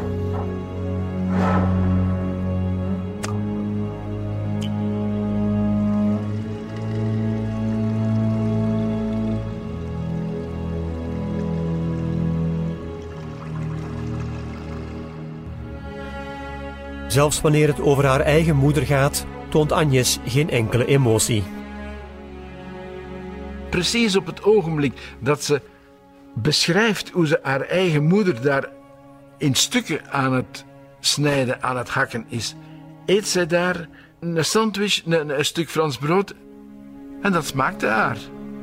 Zelfs wanneer het over haar eigen moeder gaat, toont Agnes geen enkele emotie. Precies op het ogenblik dat ze beschrijft hoe ze haar eigen moeder daar in stukken aan het snijden, aan het hakken is, eet zij daar een sandwich, een, een stuk Frans brood en dat smaakte haar.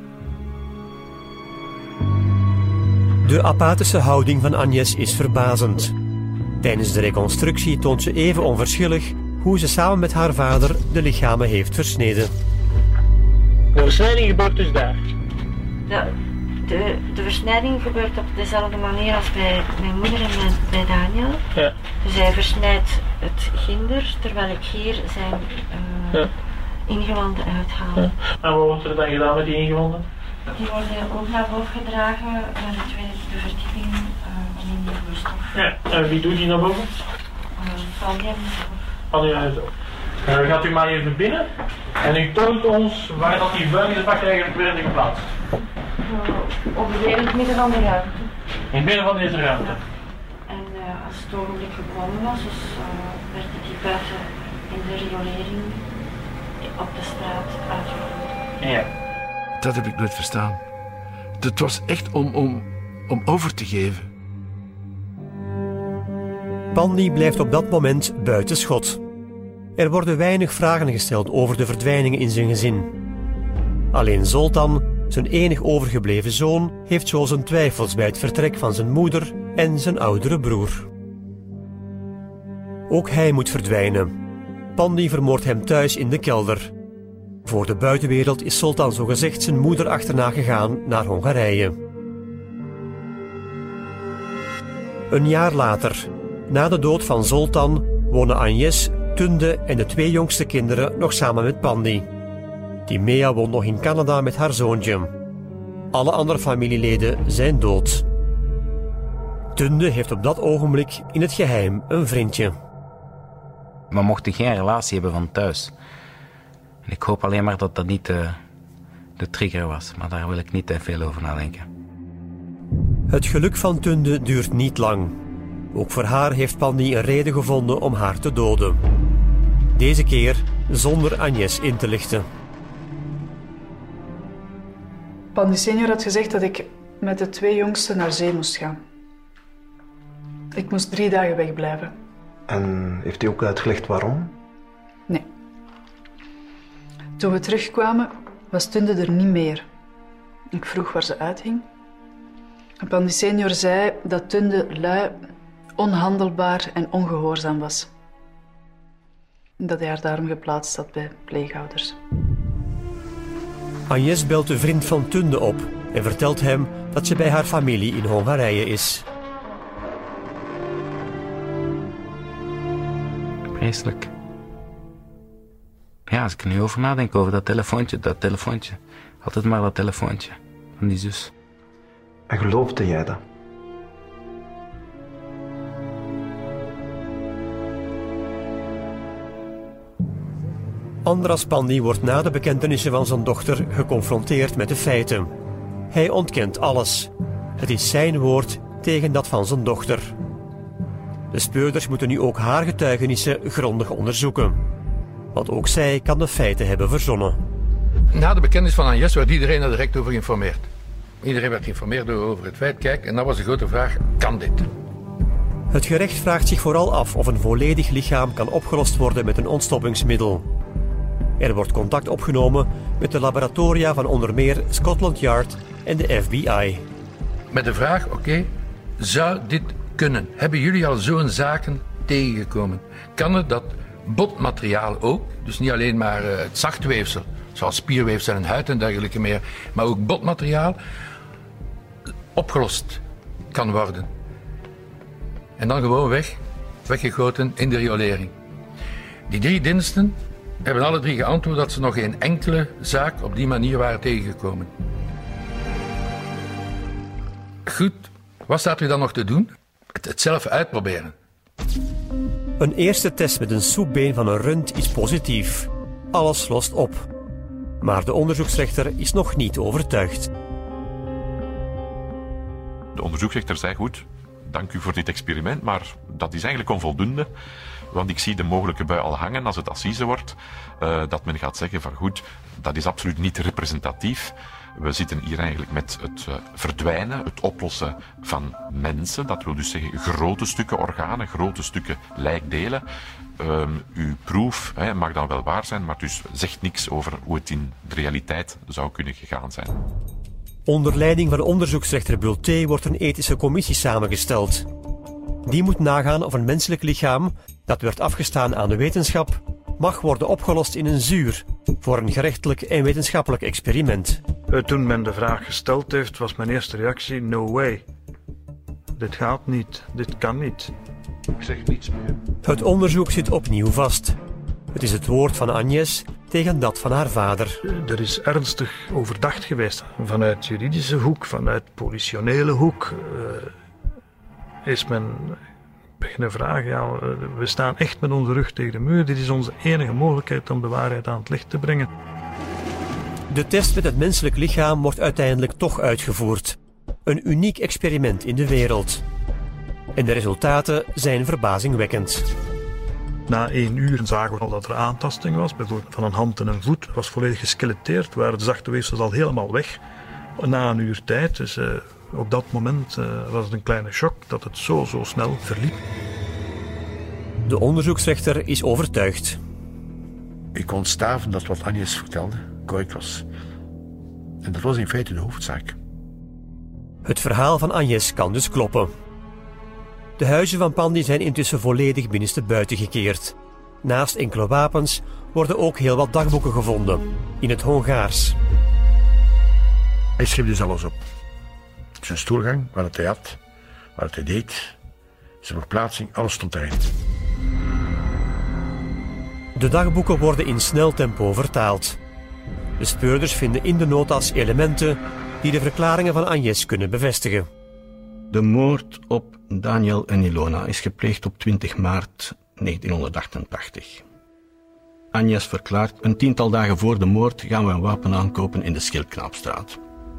De apathische houding van Agnes is verbazend. Tijdens de reconstructie toont ze even onverschillig hoe ze samen met haar vader de lichamen heeft versneden. De versnijding gebeurt dus daar. Ja, De, de versnijding gebeurt op dezelfde manier als bij mijn moeder en bij, bij Daniel. Ja. Dus hij versnijdt het ginder, terwijl ik hier zijn uh, ja. ingewanden uithaal. Ja. En wat wordt er dan gedaan met die ingewanden? Die worden ook naar boven gedragen naar de tweede verdieping uh, om in de vloeistof. Ja, en wie doet die naar boven? Uh, Fanny en mezelf. Fanny en mezelf. Dan uh, gaat u maar even binnen en u toont ons waar dat die vuilnisbakken eigenlijk werden geplaatst. Uh, ongeveer in het midden van de ruimte. In het midden van deze ruimte? Ja. En uh, als het ogenblik gekomen was, dus, uh, werd die buiten in de riolering op de straat uitgevoerd. Ja. Dat heb ik nooit verstaan. Het was echt om, om, om over te geven. Pandy blijft op dat moment buiten schot. Er worden weinig vragen gesteld over de verdwijningen in zijn gezin. Alleen Zoltan, zijn enig overgebleven zoon, heeft zo zijn twijfels bij het vertrek van zijn moeder en zijn oudere broer. Ook hij moet verdwijnen. Pandy vermoordt hem thuis in de kelder. Voor de buitenwereld is Zoltan zogezegd zijn moeder achterna gegaan naar Hongarije. Een jaar later, na de dood van Zoltan, wonen Agnes, Tunde en de twee jongste kinderen nog samen met Pandy. Timea woont nog in Canada met haar zoontje. Alle andere familieleden zijn dood. Tunde heeft op dat ogenblik in het geheim een vriendje. We mochten geen relatie hebben van thuis. En ik hoop alleen maar dat dat niet de, de trigger was, maar daar wil ik niet te veel over nadenken. Het geluk van Tunde duurt niet lang. Ook voor haar heeft Pandy een reden gevonden om haar te doden. Deze keer zonder Agnes in te lichten. Pandy senior had gezegd dat ik met de twee jongsten naar zee moest gaan. Ik moest drie dagen wegblijven. En heeft hij ook uitgelegd waarom? Nee. Toen we terugkwamen, was Tunde er niet meer. Ik vroeg waar ze uithing. En Pandy senior zei dat Tunde lui, onhandelbaar en ongehoorzaam was. Dat hij haar daarom geplaatst had bij pleegouders. Agnes belt de vriend van Tunde op en vertelt hem dat ze bij haar familie in Hongarije is. Vreselijk. Ja, als ik er nu over nadenk, over dat telefoontje, dat telefoontje. Altijd maar dat telefoontje van die zus. En geloofde jij dat? Andras Pandy wordt na de bekentenissen van zijn dochter geconfronteerd met de feiten. Hij ontkent alles. Het is zijn woord tegen dat van zijn dochter. De speurders moeten nu ook haar getuigenissen grondig onderzoeken. Want ook zij kan de feiten hebben verzonnen. Na de bekentenis van Agnes werd iedereen er direct over geïnformeerd. Iedereen werd geïnformeerd over het feit. Kijk, en dat was de grote vraag, kan dit? Het gerecht vraagt zich vooral af of een volledig lichaam kan opgelost worden met een ontstoppingsmiddel. Er wordt contact opgenomen met de laboratoria van onder meer Scotland Yard en de F B I. Met de vraag, oké, okay, zou dit kunnen? Hebben jullie al zo'n zaken tegengekomen? Kan het dat botmateriaal ook, dus niet alleen maar uh, het zachtweefsel, zoals spierweefsel en huid en dergelijke meer, maar ook botmateriaal, opgelost kan worden? En dan gewoon weg, weggegoten in de riolering. Die drie diensten hebben alle drie geantwoord dat ze nog geen enkele zaak op die manier waren tegengekomen. Goed, wat staat er dan nog te doen? Het, het zelf uitproberen. Een eerste test met een soepbeen van een rund is positief. Alles lost op. Maar de onderzoeksrechter is nog niet overtuigd. De onderzoeksrechter zei goed, dank u voor dit experiment, maar dat is eigenlijk onvoldoende. Want ik zie de mogelijke bui al hangen als het assise wordt. Uh, dat men gaat zeggen van goed, dat is absoluut niet representatief. We zitten hier eigenlijk met het uh, verdwijnen, het oplossen van mensen. Dat wil dus zeggen grote stukken organen, grote stukken lijkdelen. Uh, uw proef hè, mag dan wel waar zijn, maar dus zegt niks over hoe het in de realiteit zou kunnen gegaan zijn. Onder leiding van onderzoeksrechter Bulté wordt een ethische commissie samengesteld. Die moet nagaan of een menselijk lichaam, dat werd afgestaan aan de wetenschap, mag worden opgelost in een zuur voor een gerechtelijk en wetenschappelijk experiment. Uh, Uh, toen men de vraag gesteld heeft, was mijn eerste reactie: no way. Dit gaat niet, dit kan niet. Ik zeg niets meer. Het onderzoek zit opnieuw vast. Het is het woord van Agnes tegen dat van haar vader. Er is ernstig overdacht geweest. Vanuit juridische hoek, vanuit politionele hoek uh, is men beginnen vragen. Ja, we staan echt met onze rug tegen de muur. Dit is onze enige mogelijkheid om de waarheid aan het licht te brengen. De test met het menselijk lichaam wordt uiteindelijk toch uitgevoerd. Een uniek experiment in de wereld. En de resultaten zijn verbazingwekkend. Na één uur zagen we al dat er aantasting was, bijvoorbeeld van een hand en een voet. Het was volledig geskeletteerd, waren de zachte weefsels al helemaal weg. Na een uur tijd, dus uh, op dat moment uh, was het een kleine shock dat het zo, zo snel verliep. De onderzoeksrechter is overtuigd. Ik kon staven dat wat Agnes vertelde correct was. En dat was in feite de hoofdzaak. Het verhaal van Agnes kan dus kloppen. De huizen van Pandy zijn intussen volledig binnenstebuiten gekeerd. Naast enkele wapens worden ook heel wat dagboeken gevonden, in het Hongaars. Hij schreef dus alles op. Zijn stoelgang, waar het hij had, waar het hij deed, zijn verplaatsing, alles stond erin. De dagboeken worden in snel tempo vertaald. De speurders vinden in de notas elementen die de verklaringen van Agnes kunnen bevestigen. De moord op Daniel en Ilona is gepleegd op twintig maart negentienhonderdachtentachtig. Agnes verklaart: een tiental dagen voor de moord gaan we een wapen aankopen in de Schildknaapstraat.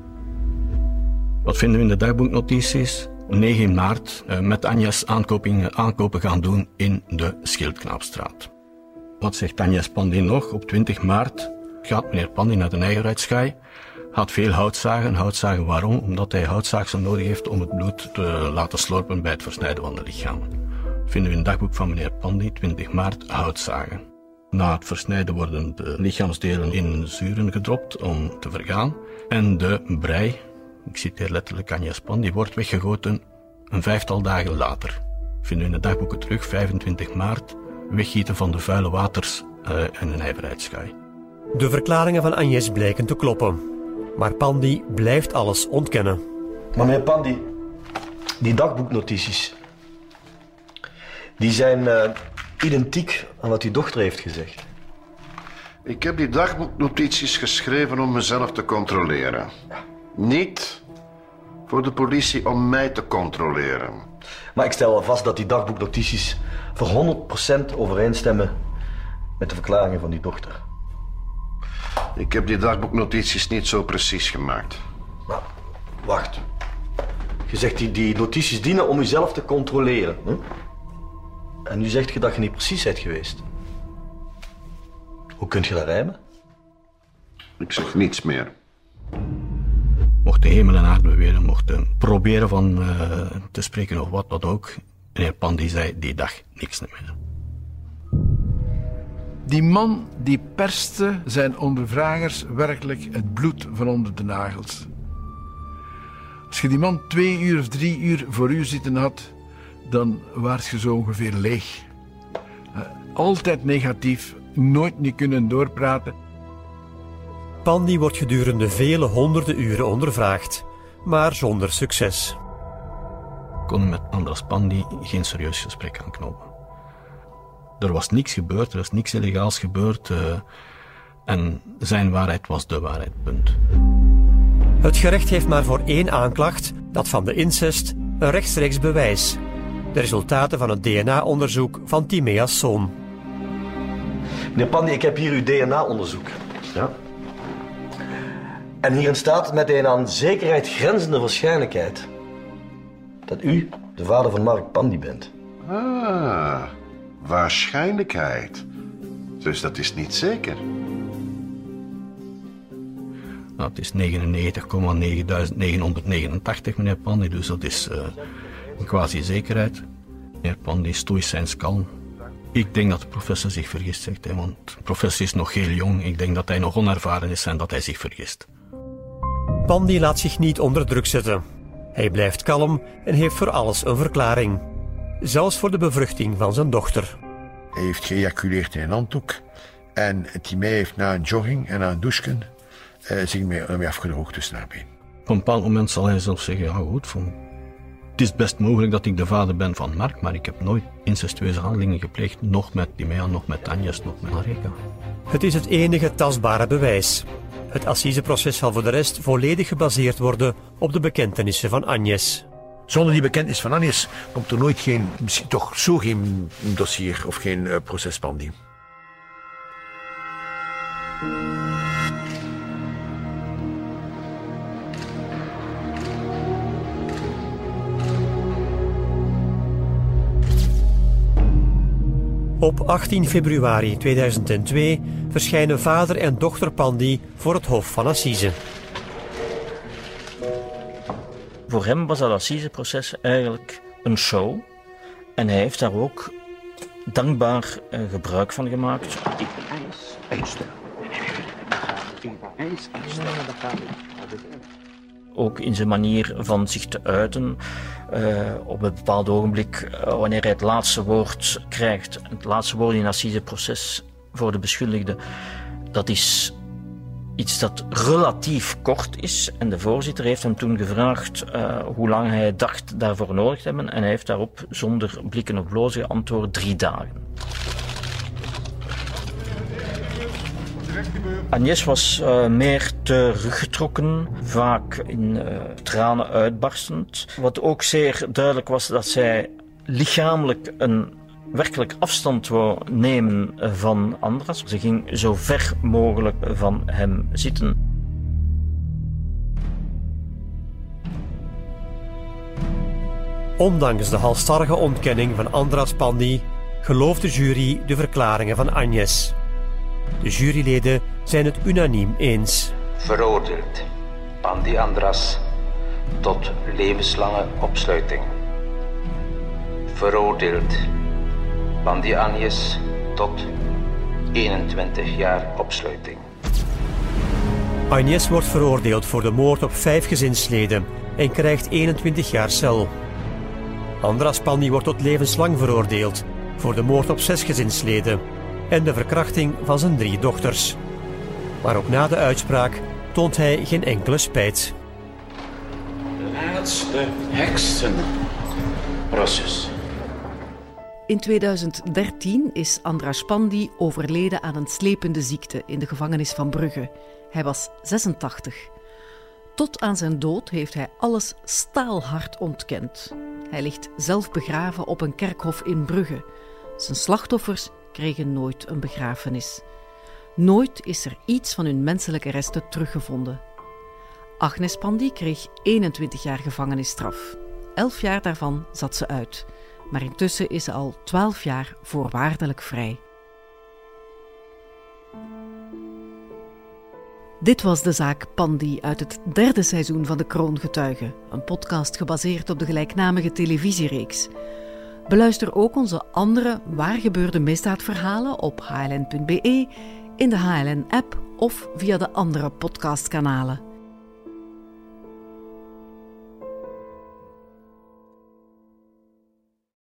Wat vinden we in de dagboeknotities? negen maart uh, met Agnes aankopen, aankopen gaan doen in de Schildknaapstraat. Wat zegt Agnes Pandy nog? Op twintig maart gaat meneer Pandy naar de Nijgerheidskaai, gaat veel hout zagen. Hout zagen waarom? Omdat hij houtzaagsel nodig heeft om het bloed te laten slorpen bij het versnijden van de lichamen. Vinden we in het dagboek van meneer Pandy, twintig maart, hout zagen. Na het versnijden worden de lichaamsdelen in zuren gedropt om te vergaan. En de brei, ik citeer letterlijk Agnes Pandy, wordt weggegoten een vijftal dagen later. Vinden we in de dagboeken terug, vijfentwintig maart, weggieten van de vuile waters uh, in de Nijverheidskaai. De verklaringen van Agnes blijken te kloppen. Maar Pandy blijft alles ontkennen. Maar meneer Pandy, die dagboeknotities, die zijn uh, identiek aan wat uw dochter heeft gezegd. Ik heb die dagboeknotities geschreven om mezelf te controleren. Niet voor de politie om mij te controleren. Maar ik stel wel vast dat die dagboeknotities voor honderd procent overeenstemmen met de verklaringen van uw dochter. Ik heb die dagboeknotities niet zo precies gemaakt. Maar, wacht. Je zegt die, die notities dienen om jezelf te controleren. Hè? En nu zegt je dat je niet precies bent geweest. Hoe kun je dat rijmen? Ik zeg niets meer. Mocht de hemel en aarde beweren, mochten proberen van uh, te spreken of wat dat ook. Meneer Pandy zei die dag niks meer. Die man die perste zijn ondervragers werkelijk het bloed van onder de nagels. Als je die man twee uur of drie uur voor u zitten had, dan waart je zo ongeveer leeg. Uh, altijd negatief, nooit niet kunnen doorpraten. Pandy wordt gedurende vele honderden uren ondervraagd, maar zonder succes. Ik kon met Andras Pandy geen serieus gesprek aanknopen. Er was niks gebeurd, er is niks illegaals gebeurd uh, en zijn waarheid was de waarheid, punt. Het gerecht heeft maar voor één aanklacht, dat van de incest, een rechtstreeks bewijs. De resultaten van het D N A-onderzoek van Timea's zoon. Meneer Pandy, ik heb hier uw D N A-onderzoek. Ja. En hierin staat met een aan zekerheid grenzende waarschijnlijkheid dat u de vader van Mark Pandy bent. Ah, waarschijnlijkheid. Dus dat is niet zeker. Nou, het is negenennegentig komma negenhonderdnegenentachtig, meneer Pandy, dus dat is uh, een quasi-zekerheid. Meneer Pandy, stoïcijns kalm. Ik denk dat de professor zich vergist, zegt hij, want de professor is nog heel jong. Ik denk dat hij nog onervaren is en dat hij zich vergist. Pandy laat zich niet onder druk zetten. Hij blijft kalm en heeft voor alles een verklaring. Zelfs voor de bevruchting van zijn dochter. Hij heeft geëjaculeerd in een handdoek. En Timea heeft na een jogging en na een douchen uh, zich mee, mee afgedroogd tussen haar been. Op een bepaald moment zal hij zelf zeggen, ja goed, van, het is best mogelijk dat ik de vader ben van Mark, maar ik heb nooit incestueuze handelingen gepleegd, nog met Timea, nog met Agnes, nog met Marika. Het is het enige tastbare bewijs. Het assiseproces zal voor de rest volledig gebaseerd worden op de bekentenissen van Agnes. Zonder die bekentenis van Agnes komt er nooit geen, misschien toch zo geen dossier of geen uh, proces Pandy. Op achttien februari tweeduizend twee verschijnen vader en dochter Pandy voor het Hof van Assise. Voor hem was dat assiseproces eigenlijk een show. En hij heeft daar ook dankbaar uh, gebruik van gemaakt. Ik eis uitstel. Ik eis uitstel. Ook in zijn manier van zich te uiten. Uh, op een bepaald ogenblik, uh, wanneer hij het laatste woord krijgt, het laatste woord in het assiseproces voor de beschuldigde, dat is iets dat relatief kort is. En de voorzitter heeft hem toen gevraagd uh, hoe lang hij dacht daarvoor nodig te hebben. En hij heeft daarop zonder blikken of blozen geantwoord drie dagen. Agnes was uh, meer teruggetrokken, vaak in uh, tranen uitbarstend. Wat ook zeer duidelijk was, dat zij lichamelijk een werkelijk afstand wou nemen van Andras. Ze ging zo ver mogelijk van hem zitten. Ondanks de halsstarrige ontkenning van Andras Pandy gelooft de jury de verklaringen van Agnes. De juryleden zijn het unaniem eens. Veroordeeld Pandy Andras tot levenslange opsluiting. Veroordeeld Pandy Agnes tot eenentwintig jaar opsluiting. Agnes wordt veroordeeld voor de moord op vijf gezinsleden en krijgt eenentwintig jaar cel. Andras Pandy wordt tot levenslang veroordeeld voor de moord op zes gezinsleden en de verkrachting van zijn drie dochters. Maar ook na de uitspraak toont hij geen enkele spijt. Laatste heksenproces. In tweeduizend dertien is Andras Pandy overleden aan een slepende ziekte in de gevangenis van Brugge. Hij was zesentachtig. Tot aan zijn dood heeft hij alles staalhard ontkend. Hij ligt zelf begraven op een kerkhof in Brugge. Zijn slachtoffers kregen nooit een begrafenis. Nooit is er iets van hun menselijke resten teruggevonden. Agnes Pandy kreeg eenentwintig jaar gevangenisstraf. Elf jaar daarvan zat ze uit. Maar intussen is ze al twaalf jaar voorwaardelijk vrij. Dit was de zaak Pandy uit het derde seizoen van De Kroongetuigen, een podcast gebaseerd op de gelijknamige televisiereeks. Beluister ook onze andere waargebeurde misdaadverhalen op h l n punt b e, in de H L N-app of via de andere podcastkanalen.